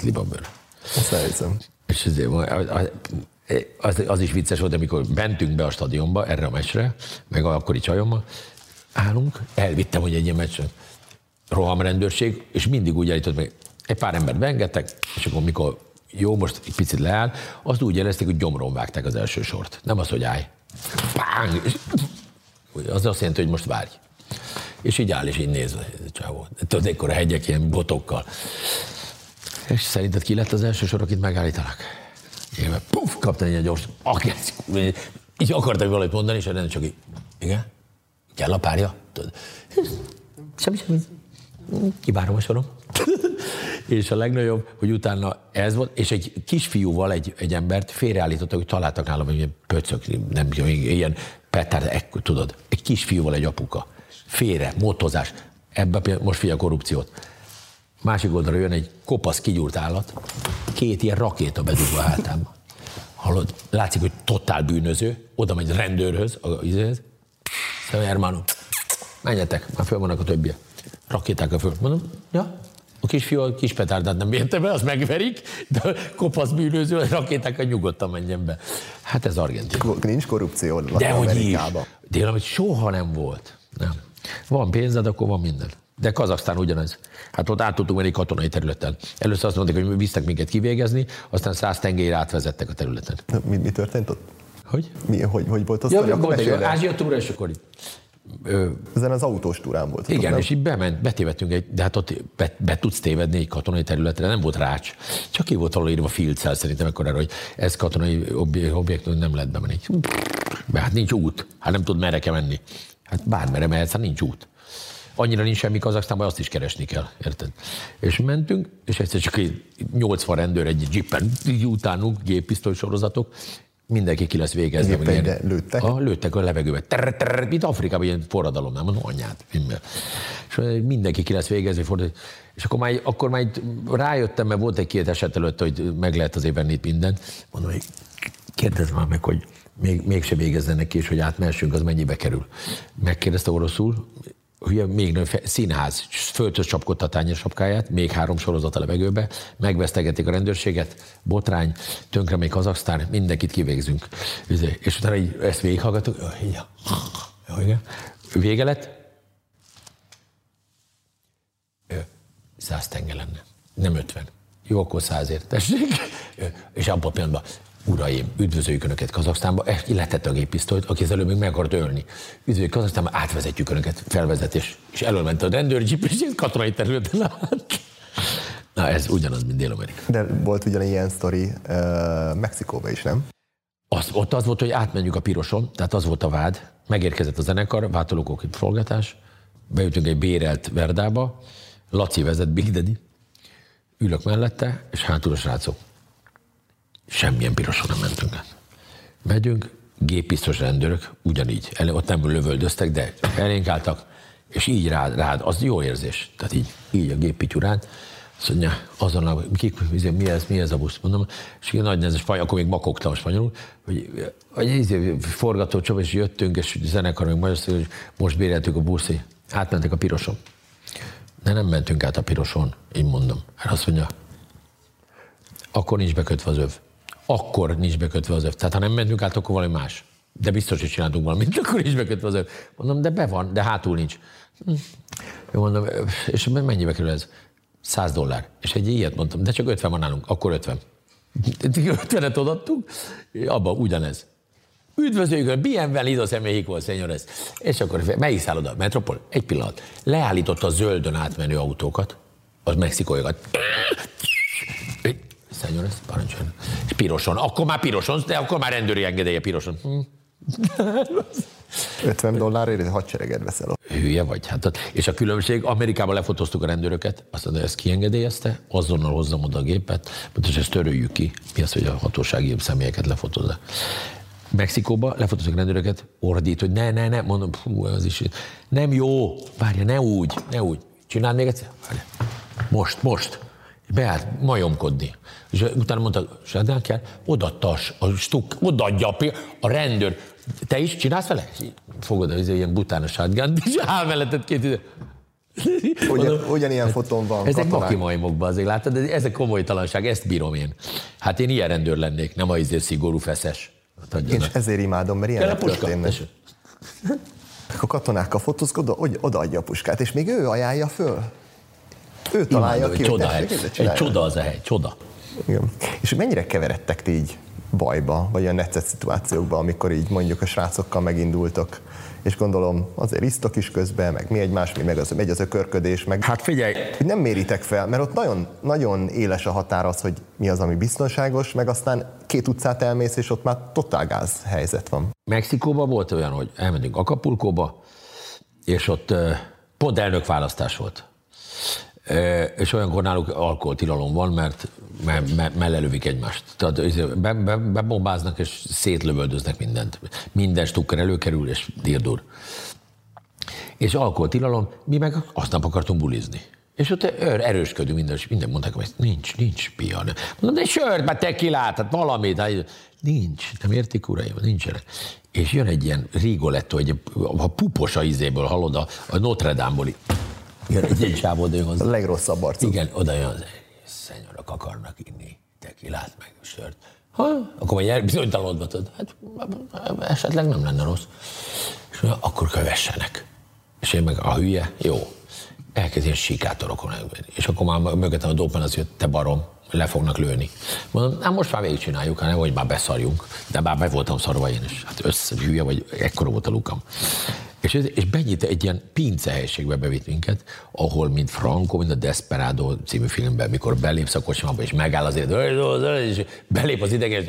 libabőr.
Ezt elhiszem.
És az is vicces volt, amikor mentünk be a stadionba, erre a meccsre, meg akkori csajommal, állunk, elvittem, hogy egy ilyen meccsen rohamrendőrség, és mindig úgy állított meg, egy pár embert beengedtek, és akkor mikor jó, most egy picit leáll, azt úgy jelezték, hogy gyomron vágták az első sort. Nem az, hogy állj. Páng! Az azt jelenti, hogy most várj. És így áll, és így néz, csávó. Tudod, ekkor a hegyek ilyen botokkal. És szerinted ki lett az első sor, akit megállítanak? Én meg puf, kaptam egy gyors, így akartam valamit mondani, és nem csak így, igen, kell a párja? Tudod. Semmi. Kivárom a sorom. És a legnagyobb, hogy utána ez volt, és egy kisfiúval egy embert félreállítottak, hogy találtak nálam egy pöcök, nem ilyen petár, tudod, egy kisfiúval egy apuka. Félre, motozás. Ebben most figyelj a korrupciót. Másik oldalra jön egy kopasz kigyúrt állat, 2 ilyen rakéta bedugva a hátámba. Hallod? Látszik, hogy totál bűnöző, oda megy rendőrhöz, szóval hermano, menjetek, már föl vannak a többiek. Rakétákkal föl. Mondom, ja, a kisfiú a kis petárdát nem érte be, azt megverik, de a kopasz bűnöző, a rakétákkal nyugodtan menjen be. Hát ez Argentina.
Nincs korrupció
Amerikában. De hogy soha nem volt. Nem. Van pénzed, akkor van minden. De Kazaksztán ugyanez. Hát ott át tudtunk menni katonai területen. Először azt mondták, hogy visznek minket kivégezni, aztán 100 tengelyre átvezettek a területen.
Mi történt ott?
Hogy?
Hogy volt az?
Ázsia túra, és akkor
ezen az autós túrán volt.
Igen, nem? És így betévedtünk, de hát ott be tudsz tévedni egy katonai területre, nem volt rács. Csak ki volt valahol írva field cell szerintem ekkorára, hogy ez katonai objektum, nem lehet bemenni. Hát nincs út, hát nem tud merre kell menni. Hát bármerre mehetsz, hát nincs út. Annyira nincs semmi Kazaksztánban, azt is keresni kell, érted? És mentünk, és egyszer csak 80 rendőr egy jeepen utánunk, géppisztoly sorozatok, mindenki ki lesz végezve.
De lőttek?
Lőttek a levegőbe. Mint Afrikában ilyen forradalomnál, mondom, anyát. És mindenki ki lesz végezve. És akkor már rájöttem, mert volt egy-két eset előtt, hogy meg lehet azért venni itt mindent. Mondom, hogy kérdezd már meg, hogy mégse végezzenek ki, és hogy átmehessünk, az mennyibe kerül. Megkérdezte oroszul, még színház, földhöz csapkodtatány a sapkáját, még 3 sorozat a levegőbe, megvesztegették a rendőrséget, botrány, tönkre még Kazaksztán, mindenkit kivégzünk. És utána így ezt végighallgattuk, vége lett, 100 tenge lenne, nem 50. Jó, akkor 100-ért, tessék. És abban a pillanatban, uraim, üdvözöljük Önöket Kazaksztánba, letette a géppisztolyt, aki az előbb még meg akart ölni. Üdvözöljük Kazaksztánba, átvezetjük Önöket, felvezetés, és elölment a rendőrjeep, és katonai területen állt. Na, ez ugyanaz, mint Dél-Amerika.
De volt ugyanilyen sztori Mexikóban is, nem?
Ott az volt, hogy átmenjünk a piroson, tehát az volt a vád, megérkezett a zenekar, váltolókok forgatás, beütünk egy bérelt Verdába, Laci vezet, Big Daddy, ülök mellette, és hátul a srácok. Semmilyen piroson nem mentünk át. Megyünk, géppisztos rendőrök, ugyanígy. Ott nem lövöldöztek, de elénk álltak, és így rád, az jó érzés. Tehát így a géppityú rád. Azt mondja, azonnal, mi ez a busz? Mondom, és így nagy nezes spanyol, akkor még makogtam spanyolul, hogy forgatócsomag, és jöttünk, és zenekar, meg magyar, hogy most béreltük a buszt, átmentek a piroson. De nem mentünk át a piroson, így mondom. Hát azt mondja, akkor nincs bekötve az öv. Akkor nincs bekötve az öv. Tehát ha nem mentünk át, akkor valami más. De biztos, hogy csináltunk valamit, akkor nincs bekötve az öv. Mondom, de be van, de hátul nincs. Jó, mondom, és mennyibe kerül ez? $100. És egy ilyet mondtam, de csak 50 van nálunk, akkor 50. 50-et odaadtunk, abban ugyanez. Üdvözöljük, bienvenidos a México, señores. És akkor melyik szálloda? Metropol? Egy pillanat. Leállította a zöldön átmenő autókat, az mexikóiakat. Señores, parancsoljon. És piroson. Akkor már piroson, de akkor már rendőri engedélye piroson.
$50 hadsereget veszel.
Hülye vagy. Hát, és a különbség, Amerikában lefotóztuk a rendőröket, azt mondta, ezt kiengedélyezte, azonnal hozzam oda a gépet, mondta, és ezt töröljük ki. Mi az, hogy a hatósági személyeket lefotózza. Mexikóba lefotóztuk a rendőröket, ordít, hogy ne, mondom, az is, nem jó, várja, ne úgy. Csináld még egyszer? Várja. Most. Beállt majomkodni. És utána mondta, sádán kell, odaadta odaadja a rendőr. Te is csinálsz vele? Fogod az ilyen bután a shotgun, és áll melletted 2 idő.
Ugyanilyen fotón van.
Ezek bakimajmokban azért látod, de ez a komolytalanság, ezt bírom én. Hát én ilyen rendőr lennék, nem az szigorú feszes.
Én is ezért imádom, mert ilyenek történnek. A katonákkal fotózkod, odaadja a puskát, és még ő ajánlja föl. Ő találja ki.
Egy csoda az a hely, csoda.
Igen. És mennyire keveredtek ti így bajba, vagy olyan necces szituációkba, amikor így mondjuk a srácokkal megindultok, és gondolom azért isztok is közben, meg mi egymás, mi meg megy az ökörködés, meg
hát figyelj,
hogy nem méritek fel, mert ott nagyon, nagyon éles a határ az, hogy mi az, ami biztonságos, meg aztán 2 utcát elmész, és ott már totál gáz helyzet van.
Mexikóban volt olyan, hogy elmentünk Acapulcóba, és ott pont elnökválasztás volt. És olyankor náluk alkoholtilalom van, mert lelövik egymást. Tehát bebombáznak és szétlövöldöznek mindent. Minden stukker előkerül és dirdur. És alkoholtilalom, mi meg aznap akartunk bulizni. És ott erősködünk minden mondták, hogy nincs pia. Mondom, de sört, már tekilát, hát valamit. Nincs, nem értik, uraim, nincsenek. És jön egy ilyen Rigoletto, a pupos a ízéből, hallod, a Notre Dame-ból. Jön egy csávó, oda jön hozzá.
A legrosszabb arcú.
Igen, oda jön hozzá. Szenyorok akarnak inni tekilát meg sört. Akkor majd bizonytalanodva tudod. Hát esetleg nem lenne rossz. És akkor kövessenek. És én meg a hülye, jó. Elkezd ilyen sikátorokon. És akkor már mögöttem a dópen az, hogy te barom, le fognak lőni. Mondom, hát most már végigcsináljuk, hanem hogy már beszarjunk. De már be voltam szarva én is. Hát hülye vagy, ekkora volt a lukam. És benyit egy ilyen pincehelyiségbe bevitt minket, ahol, mint Franco, mint a Desperado című filmben, mikor belépsz a kocsimába, és megáll azért, és belép az idegen,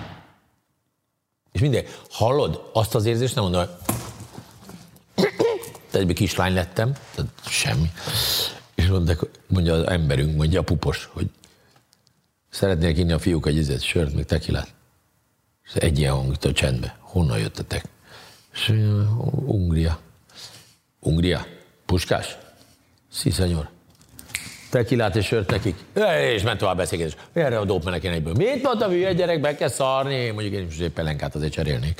és minden, hallod azt az érzést, nem mondom, hogy egy kislány lettem, tehát semmi. És mondja az emberünk, mondja a pupos, hogy szeretnék inni a fiúk egy sört, még tekilát. És egy ilyen hang, a csendbe. Honnan jöttetek? És Ungria? Puskás? Sí, senyor. Tekilát és sört nekik. És ment tovább beszélgetés. Erre a dópmenek egyből. Mit mondtam, hülye gyerek, be kell szarni? Mondjuk én is pelenkát azért cserélnék.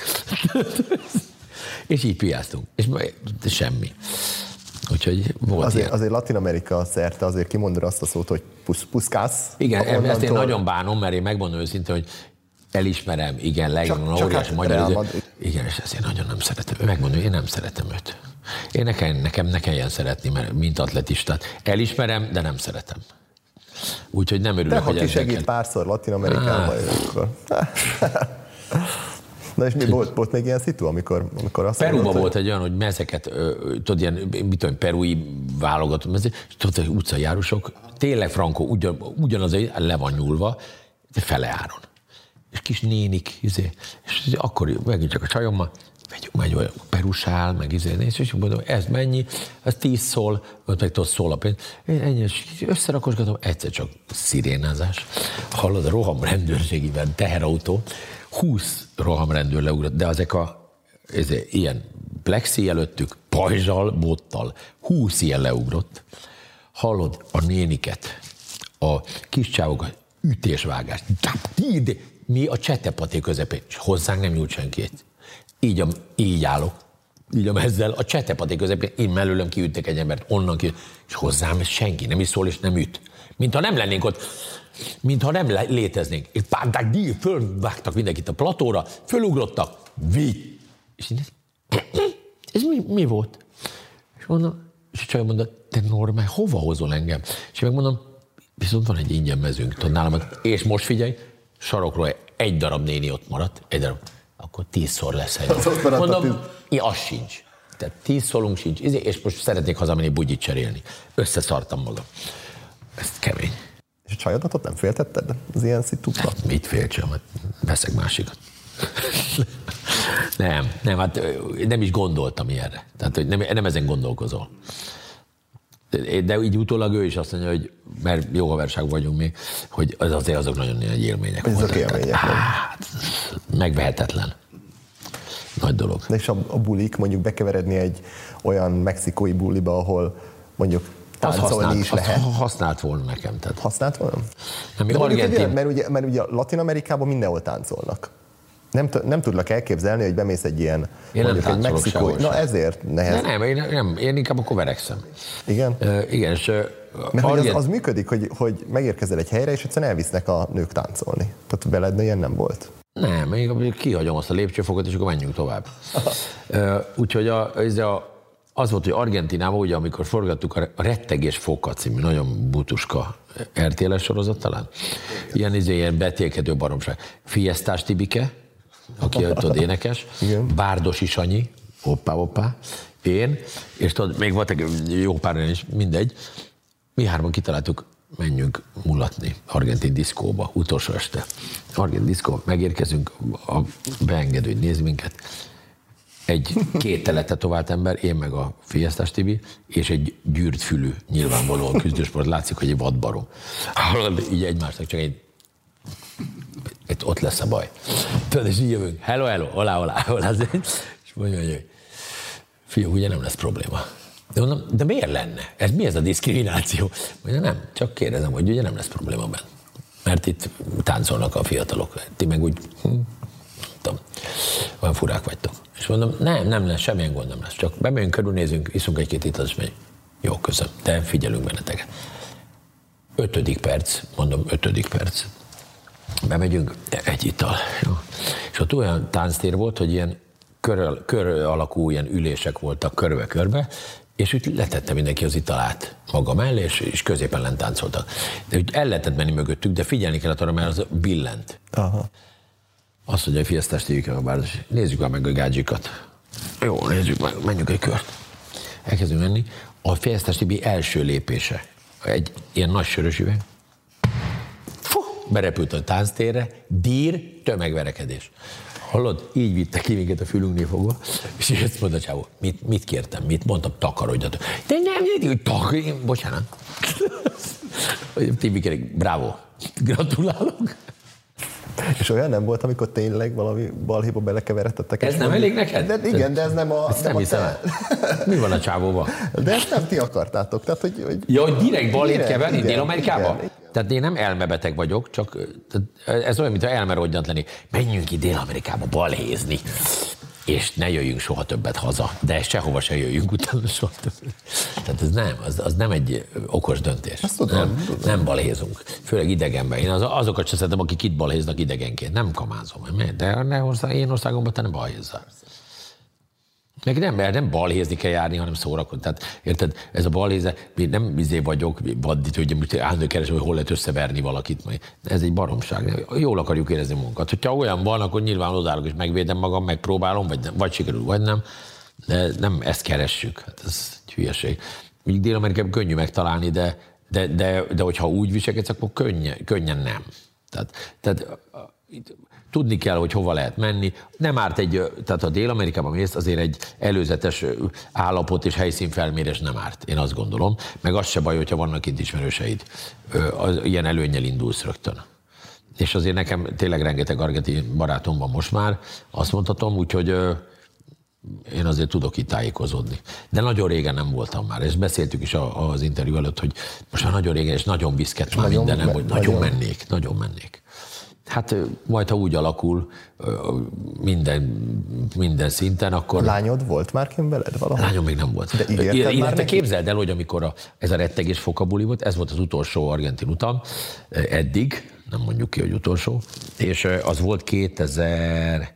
És így piáztunk. És semmi. Úgyhogy volt
azért Latin Amerika szerte azért kimondod azt a szót, hogy puszkász.
Igen, ezt én nagyon bánom, mert én megmondom őszintén, hogy elismerem, igen, legjobban óriási magyar. Igen, és ezt én nagyon nem szeretem. Megmondom, én nem szeretem őt. Én ne kelljen szeretni, mert mint atletistát. Elismerem, de nem szeretem. Úgyhogy nem örülök, hogy
ez segít párszor Latin Amerikában. Na és mi volt még ilyen szitu, amikor azt
Perúban volt egy olyan, hogy mezeket, tudod, ilyen, mit tudom, perui válogatott mezek, és tudod, hogy utcajárusok, tényleg Franco ugyanaz, le van nyúlva, de fele áron. És kis nénik, és akkor megint csak a csajommal, megy olyan perusál, meg és mondom, ez mennyi, ez 10 szól, ott meg tudod szól a pénz. Ennyi, összerakosgatom, egyszer csak szirénázás. Hallod, a rohamrendőrségiben teherautó, 20 rohamrendőr leugrott, de ezek ilyen plexi előttük, pajzsal, bottal, 20 ilyen leugrott. Hallod, a néniket, a kis csávokat, ütésvágás, mi a csetepaté közepén, és hozzánk nem nyújt senki. Így állok, így a mezzel, a csetepaté közepén, én mellőlem kiüttek egy embert, onnan ki, és hozzám senki nem is szól, és nem üt. Mintha nem lennénk ott, mintha nem léteznénk. És fölvágtak mindenkit a platóra, fölugrottak, és én ez mi volt? És mondom, és a csaj mondta, te normál, hova hozol engem? És én megmondom, viszont van egy ingyen mezőnk, tudod nálam, és most figyelj, sarokról egy darab néni ott maradt, egy darab, akkor 10-szor lesz egy. Mondom, az sincs. Tehát 10 szólunk sincs, és most szeretnék hazamenni bugyit cserélni. Összeszartam magam. Ez kemény.
És a csajodat ott nem féltetted az ilyen szitúkban?
Hát mit féltsem, hát veszek másikat. Nem, hát nem is gondoltam ilyenre. Tehát hogy nem ezen gondolkozol. De így utólag ő is azt mondja, hogy mert jó haverság vagyunk még, hogy azért azok nagyon nagy élmények voltak.
Ezek élmények.
Hát, megvehetetlen. Nagy dolog.
De és a bulik, mondjuk bekeveredni egy olyan mexikói buliba, ahol mondjuk táncolni is lehet.
Használt volna nekem. Tehát.
Használt volna?
Nem, mert
ugye Latin Amerikában mindenhol táncolnak. nem tudlak elképzelni, hogy bemész egy ilyen
mondjuk egy
mexikói. Na ezért nehez.
Én inkább akkor verekszem.
Igen?
Igen, és
mert az működik, hogy megérkezel egy helyre, és egyszerűen elvisznek a nők táncolni. Tehát veled ilyen nem volt.
Nem, én kihagyom azt a lépcsőfokot, és akkor menjünk tovább. Úgyhogy az volt, hogy Argentinában, ugye, amikor forgattuk a Rettegés Foka című, nagyon butuska RTL-es sorozat talán, ilyen betélkedő baromság. Fiesztás Tibike, aki tudod, énekes, Bárdosi Sanyi, hoppá, én, és tudod, még voltak jó pár is, mindegy, mi hárman kitaláltuk, menjünk mulatni argentin diszkóba, utolsó este. Argentin diszkó, megérkezünk, a beengedő, hogy néz minket. Két teletetovált ember, én meg a Fiesztás Tibi, és egy gyűrt fülű, nyilvánvalóan küzdősport, látszik, hogy egy vadbarom. Így egymásnak csak ott lesz a baj. Tudod, és így jövünk, hello, olá, és mondja, hogy fiú, ugye nem lesz probléma. De mondom, de miért lenne? Mi ez a diszkrimináció? Mondja, nem, csak kérdezem, hogy ugye nem lesz probléma benne. Mert itt táncolnak a fiatalok. Ti meg úgy, tudom, olyan furák vagytok. És mondom, nem lesz, semmilyen gond nem lesz. Csak bemegyünk, körülnézünk, iszunk egy-két italt, és megy. Jó, köszönöm, de figyelünk benneteket. 5. perc, mondom, 5. perc. Bemegyünk, egy ital. Jó. És ott olyan tánctér volt, hogy ilyen kör alakú ilyen ülések voltak körbe-körbe, és úgy letette mindenki az italát maga mellé, és középen lent táncoltak. De úgy el lehetett menni mögöttük, de figyelni kellett arra, mert az billent. Aha. Azt mondja, hogy Fiesztás Tívike a Bárdos, nézzük már meg a gádzsikat. Jó, nézzük meg, menjünk egy kört. Elkezdünk menni. A Fiesztás Tibi első lépése, egy ilyen nagy sörös üveg, berepült a tánctérre, dír, tömegverekedés. Hallod? Így vitte ki minket a fülünknél fogva, és ezt mondta a csávó, mit kértem, mit mondtam, takarodjatok. De nem, bocsánat. Tibikenek, bravo, gratulálok.
És olyan nem volt, amikor tényleg valami balhéba belekeveredtettek?
Ez nem elég neked?
De igen, de ez nem a...
Ezt nem hiszem. Mi van a csávóban?
De ezt nem ti akartátok. Tehát, hogy
ja, hogy direkt balhét keverni Dél-Amerikába? Tehát én nem elmebeteg vagyok, csak ez olyan, mintha elmerodjant lenni. Menjünk ki Dél-Amerikába balhézni, és ne jöjjünk soha többet haza. De sehova se jöjjünk utána soha többet. Tehát ez az nem egy okos döntés. Nem balhézunk. Főleg idegenben. Én azokat sem szeretem, akik itt balhéznak idegenként. Nem kamázom. De én országomban te nem balhézzál. Meg nem balhézni kell járni, hanem szórakozni. Tehát érted, ez a balhéz, nem vagyok, baddít, hogy állandó keresem, hogy hol lehet összeverni valakit. Ez egy baromság. Jól akarjuk érezni magunkat. Hogyha olyan van, akkor nyilván odállok és megvédem magam, megpróbálom, vagy sikerül, vagy nem. De nem ezt keressük. Hát ez egy hülyeség. Még Dél-Amerikában könnyű megtalálni, de hogyha úgy viselkedsz, akkor könnyen nem. Tehát tudni kell, hogy hova lehet menni. Nem árt tehát ha Dél-Amerikában mész, azért egy előzetes állapot és helyszínfelmérés nem árt, én azt gondolom. Meg az se baj, hogyha vannak itt ismerőseid. Ilyen előnnyel indulsz rögtön. És azért nekem tényleg rengeteg argentin barátom van most már, azt mondhatom, úgyhogy én azért tudok itt tájékozódni. De nagyon régen nem voltam már, és beszéltük is az interjú előtt, hogy most már nagyon régen, és nagyon viszket már mindenem, hogy nagyon mennék. Hát majd, ha úgy alakul minden szinten, akkor...
Lányod volt már kint veled valahol?
Lányom még nem volt.
De ígérted már neki?
Képzeld el, hogy amikor ez a Rettegés Foka buli volt, ez volt az utolsó argentin utam eddig, nem mondjuk ki, hogy utolsó, és az volt 2007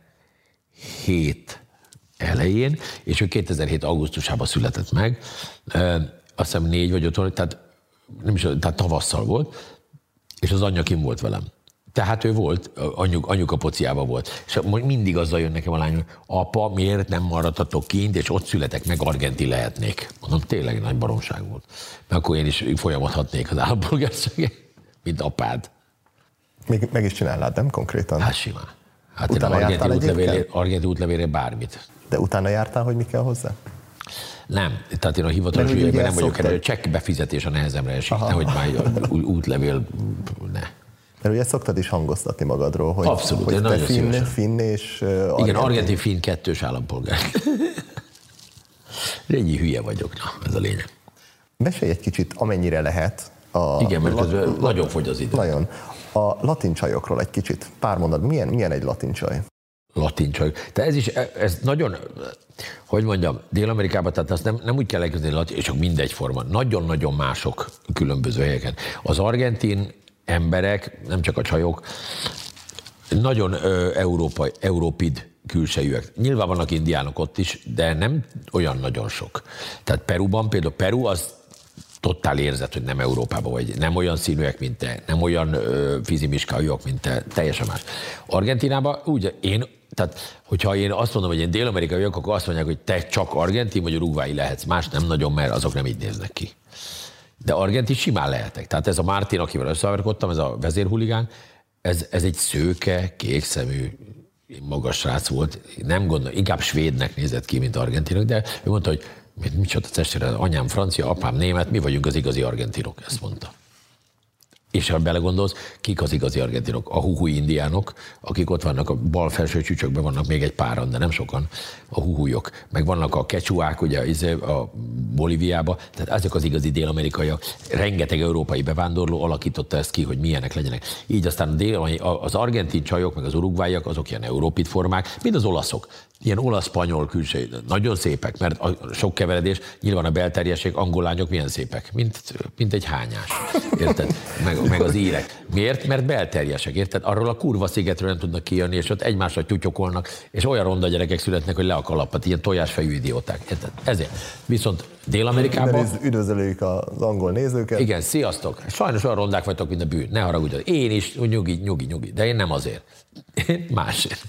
elején, és ő 2007 augusztusában született meg, azt hiszem 4 vagy 5, tehát tavasszal volt, és az anyja kim volt velem. Tehát ő volt, anyuka pociában volt. És mindig azzal jön nekem a lány, hogy apa, miért nem maradhatok kint, és ott születek meg, argentin lehetnék. Mondom, tényleg nagy baromság volt. Mert akkor én is folyamodhatnék az állampolgárságért, mint apád.
Még meg is csinálnád, nem konkrétan?
Hát simán. Hát én argentin útlevélre bármit.
De utána jártál, hogy mi kell hozzá?
Nem, tehát én a hivatalos ügyekben nem vagyok erre, csekk befizetés a nehezemre esik, nehogy már útlevél, ne.
Mert ugye szoktad is hangoztatni magadról, hogy,
abszolút,
hogy
te
finn és argentin.
Igen, argentin-finn kettős állampolgár. Ennyi hülye vagyok, na, ez a lényeg.
Mesélj egy kicsit, amennyire lehet.
Igen, mert közben nagyon fogy az idő.
Nagyon. A latin csajokról egy kicsit, pár mondat, milyen egy latin csaj?
latin csajok. Tehát ez nagyon, hogy mondjam, Dél-Amerikában, tehát azt nem úgy kell elképzelni, latin, és csak mindegyforma. Nagyon-nagyon mások különböző helyeken. Az argentin emberek, nem csak a csajok, nagyon európid külsejűek. Nyilván vannak indiánok ott is, de nem olyan nagyon sok. Tehát Peruban, például Peru az totál érzett, hogy nem Európában vagy, nem olyan színűek, mint te, nem olyan fizimiskajúak, mint te, teljesen más. Argentinában úgy, tehát hogyha én azt mondom, hogy én dél-amerikai vagyok, akkor azt mondják, hogy te csak argentin vagy urugvái lehetsz, más nem nagyon, mert azok nem így néznek ki. De argentin simán lehetek. Tehát ez a Martin, akivel összeverkodtam, ez a vezérhuligán, ez egy szőke, kékszemű, magas srác volt, nem gondolom, inkább svédnek nézett ki, mint argentinok, de ő mondta, hogy micsoda testére, anyám francia, apám német, mi vagyunk az igazi argentinok, ezt mondta. És ha belegondolsz, kik az igazi argentinok? A huhui indiánok, akik ott vannak, a bal felső csücsökben vannak még egy páran, de nem sokan, a huhujok. Meg vannak a quechuák, ugye a Bolíviában, tehát ezek az igazi dél-amerikaiak. Rengeteg európai bevándorló alakította ezt ki, hogy milyenek legyenek. Így aztán az argentin csajok, meg az urugváiak, azok ilyen európid formák, mint az olaszok. Ilyen olasz-spanyol külső, nagyon szépek, mert a sok keveredés, nyilván a belterjesség, angol lányok milyen szépek, mint egy hányás, érted? Meg az írek. Miért? Mert belterjesek, érted? Arról a kurva szigetről nem tudnak kijönni, és ott egymásra tyutyokolnak, és olyan ronda gyerekek születnek, hogy le a kalappat, ilyen tojásfejű idióták, érted? Ezért. Viszont Dél-Amerikában...
Üdvözöljük az angol nézőket.
Igen, sziasztok. Sajnos olyan rondák vagytok, mint a bűn. Ne haragudjatok. Én is, nyugi, de én nem azért. Másért.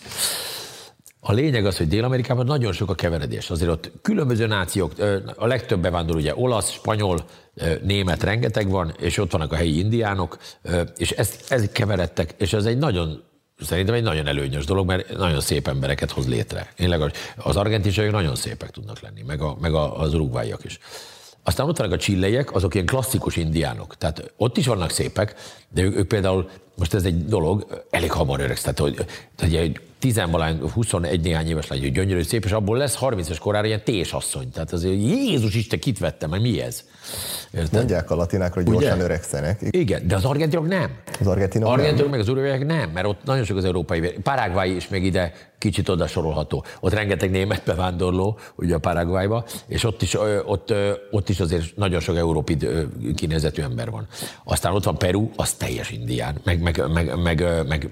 A lényeg az, hogy Dél-Amerikában nagyon sok a keveredés. Azért ott különböző nációk, a legtöbb bevándorló ugye olasz, spanyol, német rengeteg van, és ott vannak a helyi indiánok, és ezt keveredtek, és ez szerintem egy nagyon előnyös dolog, mert nagyon szép embereket hoz létre. Én legalábbis az argentinok nagyon szépek tudnak lenni, meg az urugváiak is. Aztán ott vannak a csilleiek, azok ilyen klasszikus indiánok. Tehát ott is vannak szépek, de ők például, most ez egy dolog, elég hamar öregsz. Tehát, hogy 21 néhány éves lány, hogy gyönyörű, szép, és abból lesz 30-es korára ilyen tésasszony. Tehát azért Jézus Isten, kit vettem, mert mi ez? Érted?
Mondják a latinákra, hogy gyorsan öregszenek.
Igen, de az argentinok nem.
Az argentinok
meg az urugváiak nem, mert ott nagyon sok az európai, Paraguay is még ide kicsit oda sorolható. Ott rengeteg német bevándorló, ugye a Paraguayba, és ott is azért nagyon sok európid kinézetű ember van. Aztán ott van Peru, az teljes indián, meg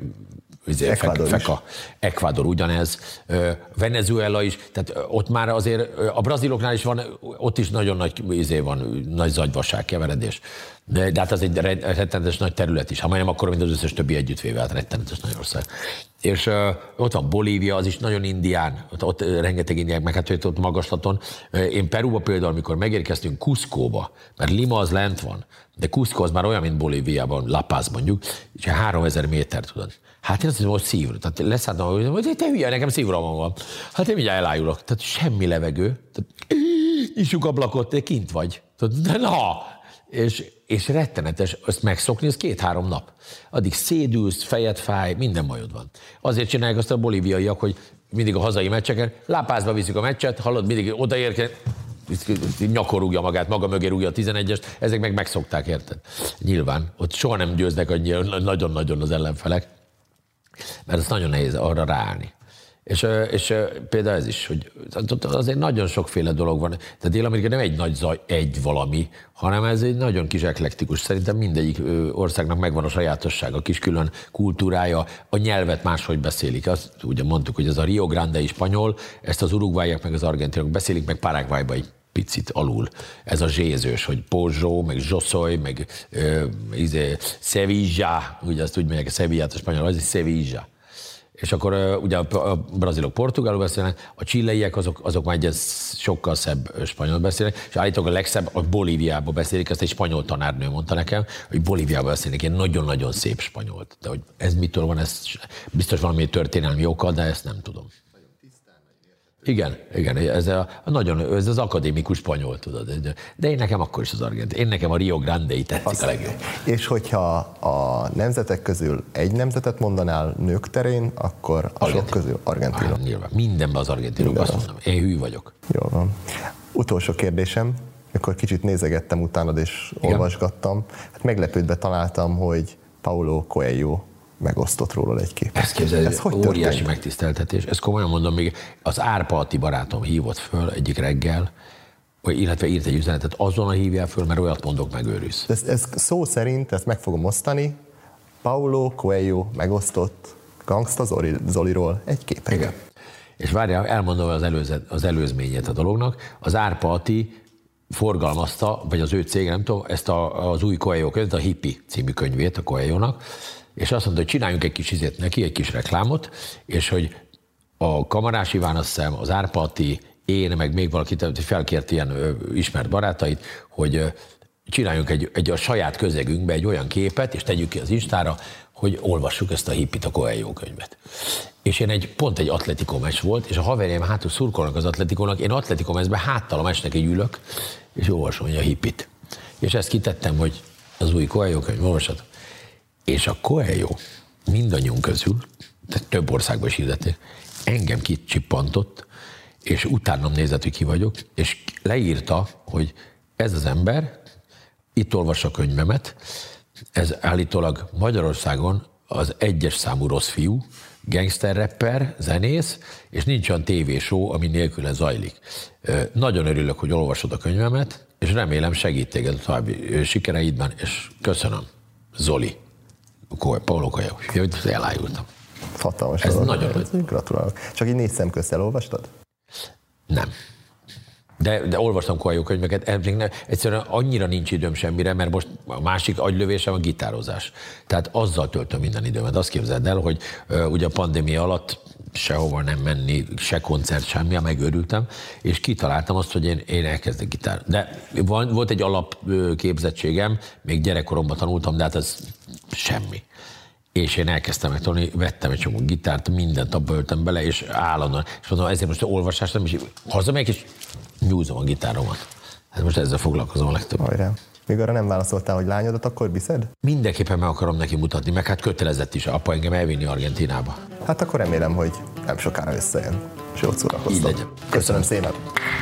Ecuador ugyanez, Venezuela is, tehát ott már azért a braziloknál is van, ott is nagyon nagy zagyvaság, keveredés. De hát az egy rettenetes nagy terület is, ha majdnem akkor, mint az összes többi együttvéve, hát rettenetes nagy ország. És ott van Bolívia, az is nagyon indián, ott rengeteg indiák, meg hát ott magaslaton. Én Peruba például, amikor megérkeztünk Cuscóba, mert Lima az lent van, de Cusco az már olyan, mint Bolíviában, La Paz mondjuk, és 3000 méter, tudod. Hát én azt mondom, hogy szívra. Tehát leszálltam, hogy te hülye, nekem szívramon van. Hát én mindjárt elájulok. Tehát semmi levegő. Nyissuk ablakot, te kint vagy. De na! És rettenetes, ezt megszokni, ez 2-3 nap. Addig szédülsz, fejed fáj, minden bajod van. Azért csinálják azt a bolíviaiak, hogy mindig a hazai meccseken, La Pazba viszik a meccset, hallod, mindig odaérkezik, nyakon rúgja magát, maga mögé rúgja a 11-est, ezek meg megszokták, érted? Nyilván, ott soha nem győznek annyira nagyon-nagyon az ellenfelek, mert az nagyon nehéz arra ráállni. És például ez is, hogy azért nagyon sokféle dolog van. Tehát Dél-Amerika nem egy nagy zaj, egy valami, hanem ez egy nagyon kis eklektikus. Szerintem mindegyik országnak megvan a sajátossága, a kis külön kultúrája, a nyelvet máshogy beszélik. Azt ugye mondtuk, hogy ez a Rio Grande spanyol, ezt az urugváiak meg az argentinok beszélik, meg Paraguayban egy picit alul. Ez a zsézős, hogy Pozsó, meg Zsoszoj, meg Sevilla, ugye azt úgy mondják, a Sevillát a spanyol, az is Sevilla. És akkor ugye a brazilok portugálul beszélnek, a csilleiek azok már egy sokkal szebb spanyol beszélnek, és állítólag a legszebb a Bolíviában beszélik, ezt egy spanyol tanárnő mondta nekem, hogy Bolíviában beszélnek ilyen nagyon-nagyon szép spanyolt. De hogy ez mitől van, ez biztos valami történelmi oka, de ezt nem tudom. Igen, ez az akadémikus spanyol, tudod. De én nekem akkor is az argentin. Én nekem a Rio Grande-i tetszik a legjobb.
És hogyha a nemzetek közül egy nemzetet mondanál nők terén, akkor azok közül argentinok.
Nyilván, mindenben az argentinok, azt mondom. Én hű vagyok.
Jól van. Utolsó kérdésem, mikor kicsit nézegettem utánad és olvasgattam, hát meglepődve találtam, hogy Paulo Coelho megosztott róla egy képet.
Ezt képzeld,
ez
óriási
történt?
megtiszteltetés. Ezt komolyan mondom, még az Árpa Atti barátom hívott föl egyik reggel, illetve írt egy üzenetet, azonnal hívjál föl, mert olyat mondok, megőrülsz.
Ez szó szerint, ezt meg fogom osztani, Paulo Coelho megosztott Gangsta Zoliról egy képet.
Igen. És várjál, elmondom az előzményét a dolognak. Az Árpa Atti forgalmazta, vagy az ő cég, nem tudom, ezt az új Coelho könyvet, a Hippie című könyvét a Coelho-nak, és azt mondta, hogy csináljunk egy kis izét neki, egy kis reklámot, és hogy a Kamarás Iván, azt hiszem, az Árpa Atti, én, meg még valakit felkért ilyen ismert barátait, hogy csináljunk egy a saját közegünkbe egy olyan képet, és tegyük ki az Instára, hogy olvassuk ezt a Hippit, a Coelho könyvet. És én pont egy Atletico meccs volt, és a haverjaim hátul szurkolnak az Atleticónak, én Atletico meccsben háttal a meccsnek egy ülök, és olvasom a Hippit. És ezt kitettem, hogy az új Coelho könyv, olvasat. És a Coelho mindannyiunk közül, tehát több országban is hirdették, engem kicsippantott, és utánam nézett, hogy ki vagyok, és leírta, hogy ez az ember itt olvassa a könyvemet, ez állítólag Magyarországon az 1-es számú rossz fiú, gangster rapper, zenész, és nincs olyan tévéshow, ami nélküle zajlik. Nagyon örülök, hogy olvasod a könyvemet, és remélem segít téged a további sikereidben, és köszönöm. Zoli. Paulo Coelho. Elájultam.
Hatalmas.
Ez nagyon nagy.
Gratulálok. Csak így 4 szem közt elolvastad?
Nem. De olvastam Coelho könyveket, egyszerűen annyira nincs időm semmire, mert most a másik agylövésem a gitározás. Tehát azzal töltöm minden időmet. Azt képzeld el, hogy ugye a pandémia alatt sehova nem menni, se koncert, semmi, megőrültem, és kitaláltam azt, hogy én elkezdek gitár. De volt egy alapképzettségem, még gyerekkoromban tanultam, de hát ez semmi. És én elkezdtem megtanulni, vettem egy csomó gitárt, mindent abba öltem bele, és állandóan. És mondom, ezért most olvasást nem is hazamegyek, és nyúzom a gitáromat. Hát most ezzel foglalkozom a legtöbb.
Hajrá. Még arra nem válaszoltál, hogy lányodat akkor viszed?
Mindenképpen meg akarom neki mutatni, meg hát kötelezett is apa engem elvinni Argentínába.
Hát akkor remélem, hogy nem sokára összejön. És jót szórakoztam.
Így legyen.
Köszönöm szépen.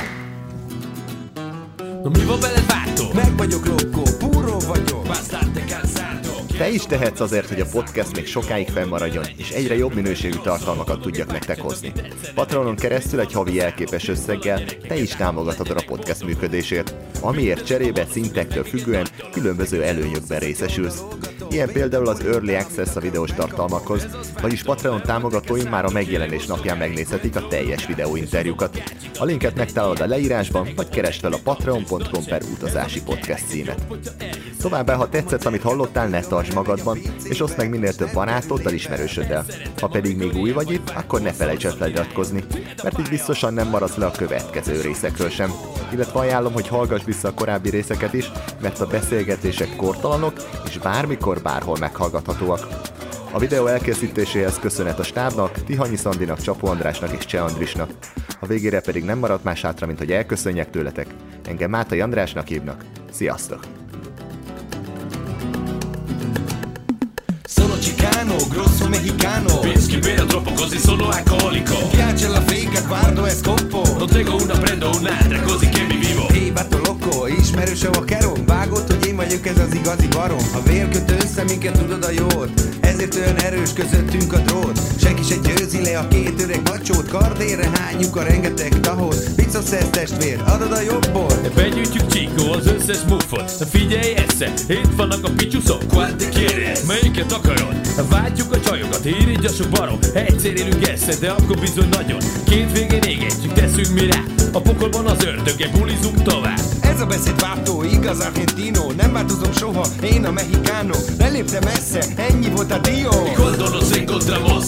No mi van veled vártó? Meg vagyok lókó, púró vagyok. Bastante cansado.
Te is tehetsz azért, hogy a podcast még sokáig fennmaradjon, és egyre jobb minőségű tartalmakat tudjak nektek hozni. Patreonon keresztül egy havi jelképes összeggel te is támogathatod a podcast működését, amiért cserébe szintektől függően különböző előnyökben részesülsz. Ilyen például az Early Access a videós tartalmakhoz, vagyis Patreon támogatóim már a megjelenés napján megnézhetik a teljes videóinterjúkat. A linket megtalálod a leírásban, vagy keresd fel a patreon.com/utazási podcast címet. Továbbá, ha tetszett, amit hallottál, ne tartsd magadban, és oszd meg minél több barátoddal, ismerősöddel. Ha pedig még új vagy itt, akkor ne felejts el feliratkozni, mert így biztosan nem maradsz le a következő részekről sem. Illetve ajánlom, hogy hallgass vissza a korábbi részeket is, mert a beszélgetések kortalanok, és bármikor, bárhol meghallgathatóak. A videó elkészítéséhez köszönet a stábnak, Tihanyi Szandinak, Csapó Andrásnak és Cseh Andrisnak. A végére pedig nem maradt más hátra, mint hogy elköszönjek tőletek. Engem Mátai Andrásnak hívnak. Sziasztok!
Sono Chicano, grosso mexicano. Whisky vero troppo così sono alcolico. Piace la figa, guardo e scoppo. Non tengo una, prendo un'altra, così che mi vivo. Hé, vato loco, ismerős a vakerom. Vágott, hogy én vagyok ez az igazi barom. A vérkötő össze minket, tudod a jót. Ezért olyan erős közöttünk a drót. Senki se győzi le a két öreg bacsót. Kardérre hányjuk a rengeteg tahót. Viccosz ez testvér, adod a jobbot. Begyűjtjük Csíkó az összes muffot. Figyelj esze, itt vannak a picsúszok. Quanti quieres? Melyiket akarod? Váltjuk a csajokat, irigy a sok barom. Egyszer élünk esze, de akkor bizony nagyon. Két végén égetjük, teszünk mi rá. A pokolban az ördöge, bulizunk tovább. Ez a beszédváltó, igaz argentino. Nem változom soha, én a mexicano. Leléptem messze, ennyi volt a dió. Cuando nos encontramos.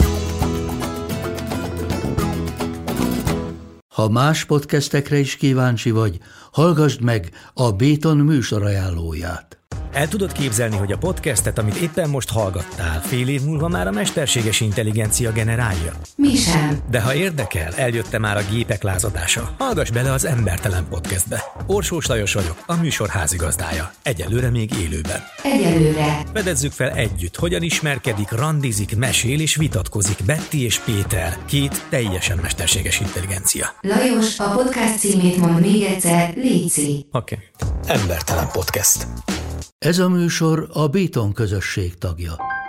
Ha más podcastekre is kíváncsi vagy, hallgassd meg a Béton műsorajánlóját.
El tudod képzelni, hogy a podcastet, amit éppen most hallgattál, fél év múlva már a mesterséges intelligencia generálja?
Mi sem.
De ha érdekel, eljött már a gépek lázadása. Hallgass bele az Embertelen Podcastbe. Orsós Lajos vagyok, a műsor házigazdája. Egyelőre még élőben.
Egyelőre.
Fedezzük fel együtt, hogyan ismerkedik, randizik, mesél és vitatkozik Betty és Péter, két teljesen mesterséges intelligencia.
Lajos, a podcast címét mond még egyszer, léci.
Oké. Embertelen Podcast.
Ez a műsor a Béton közösség tagja.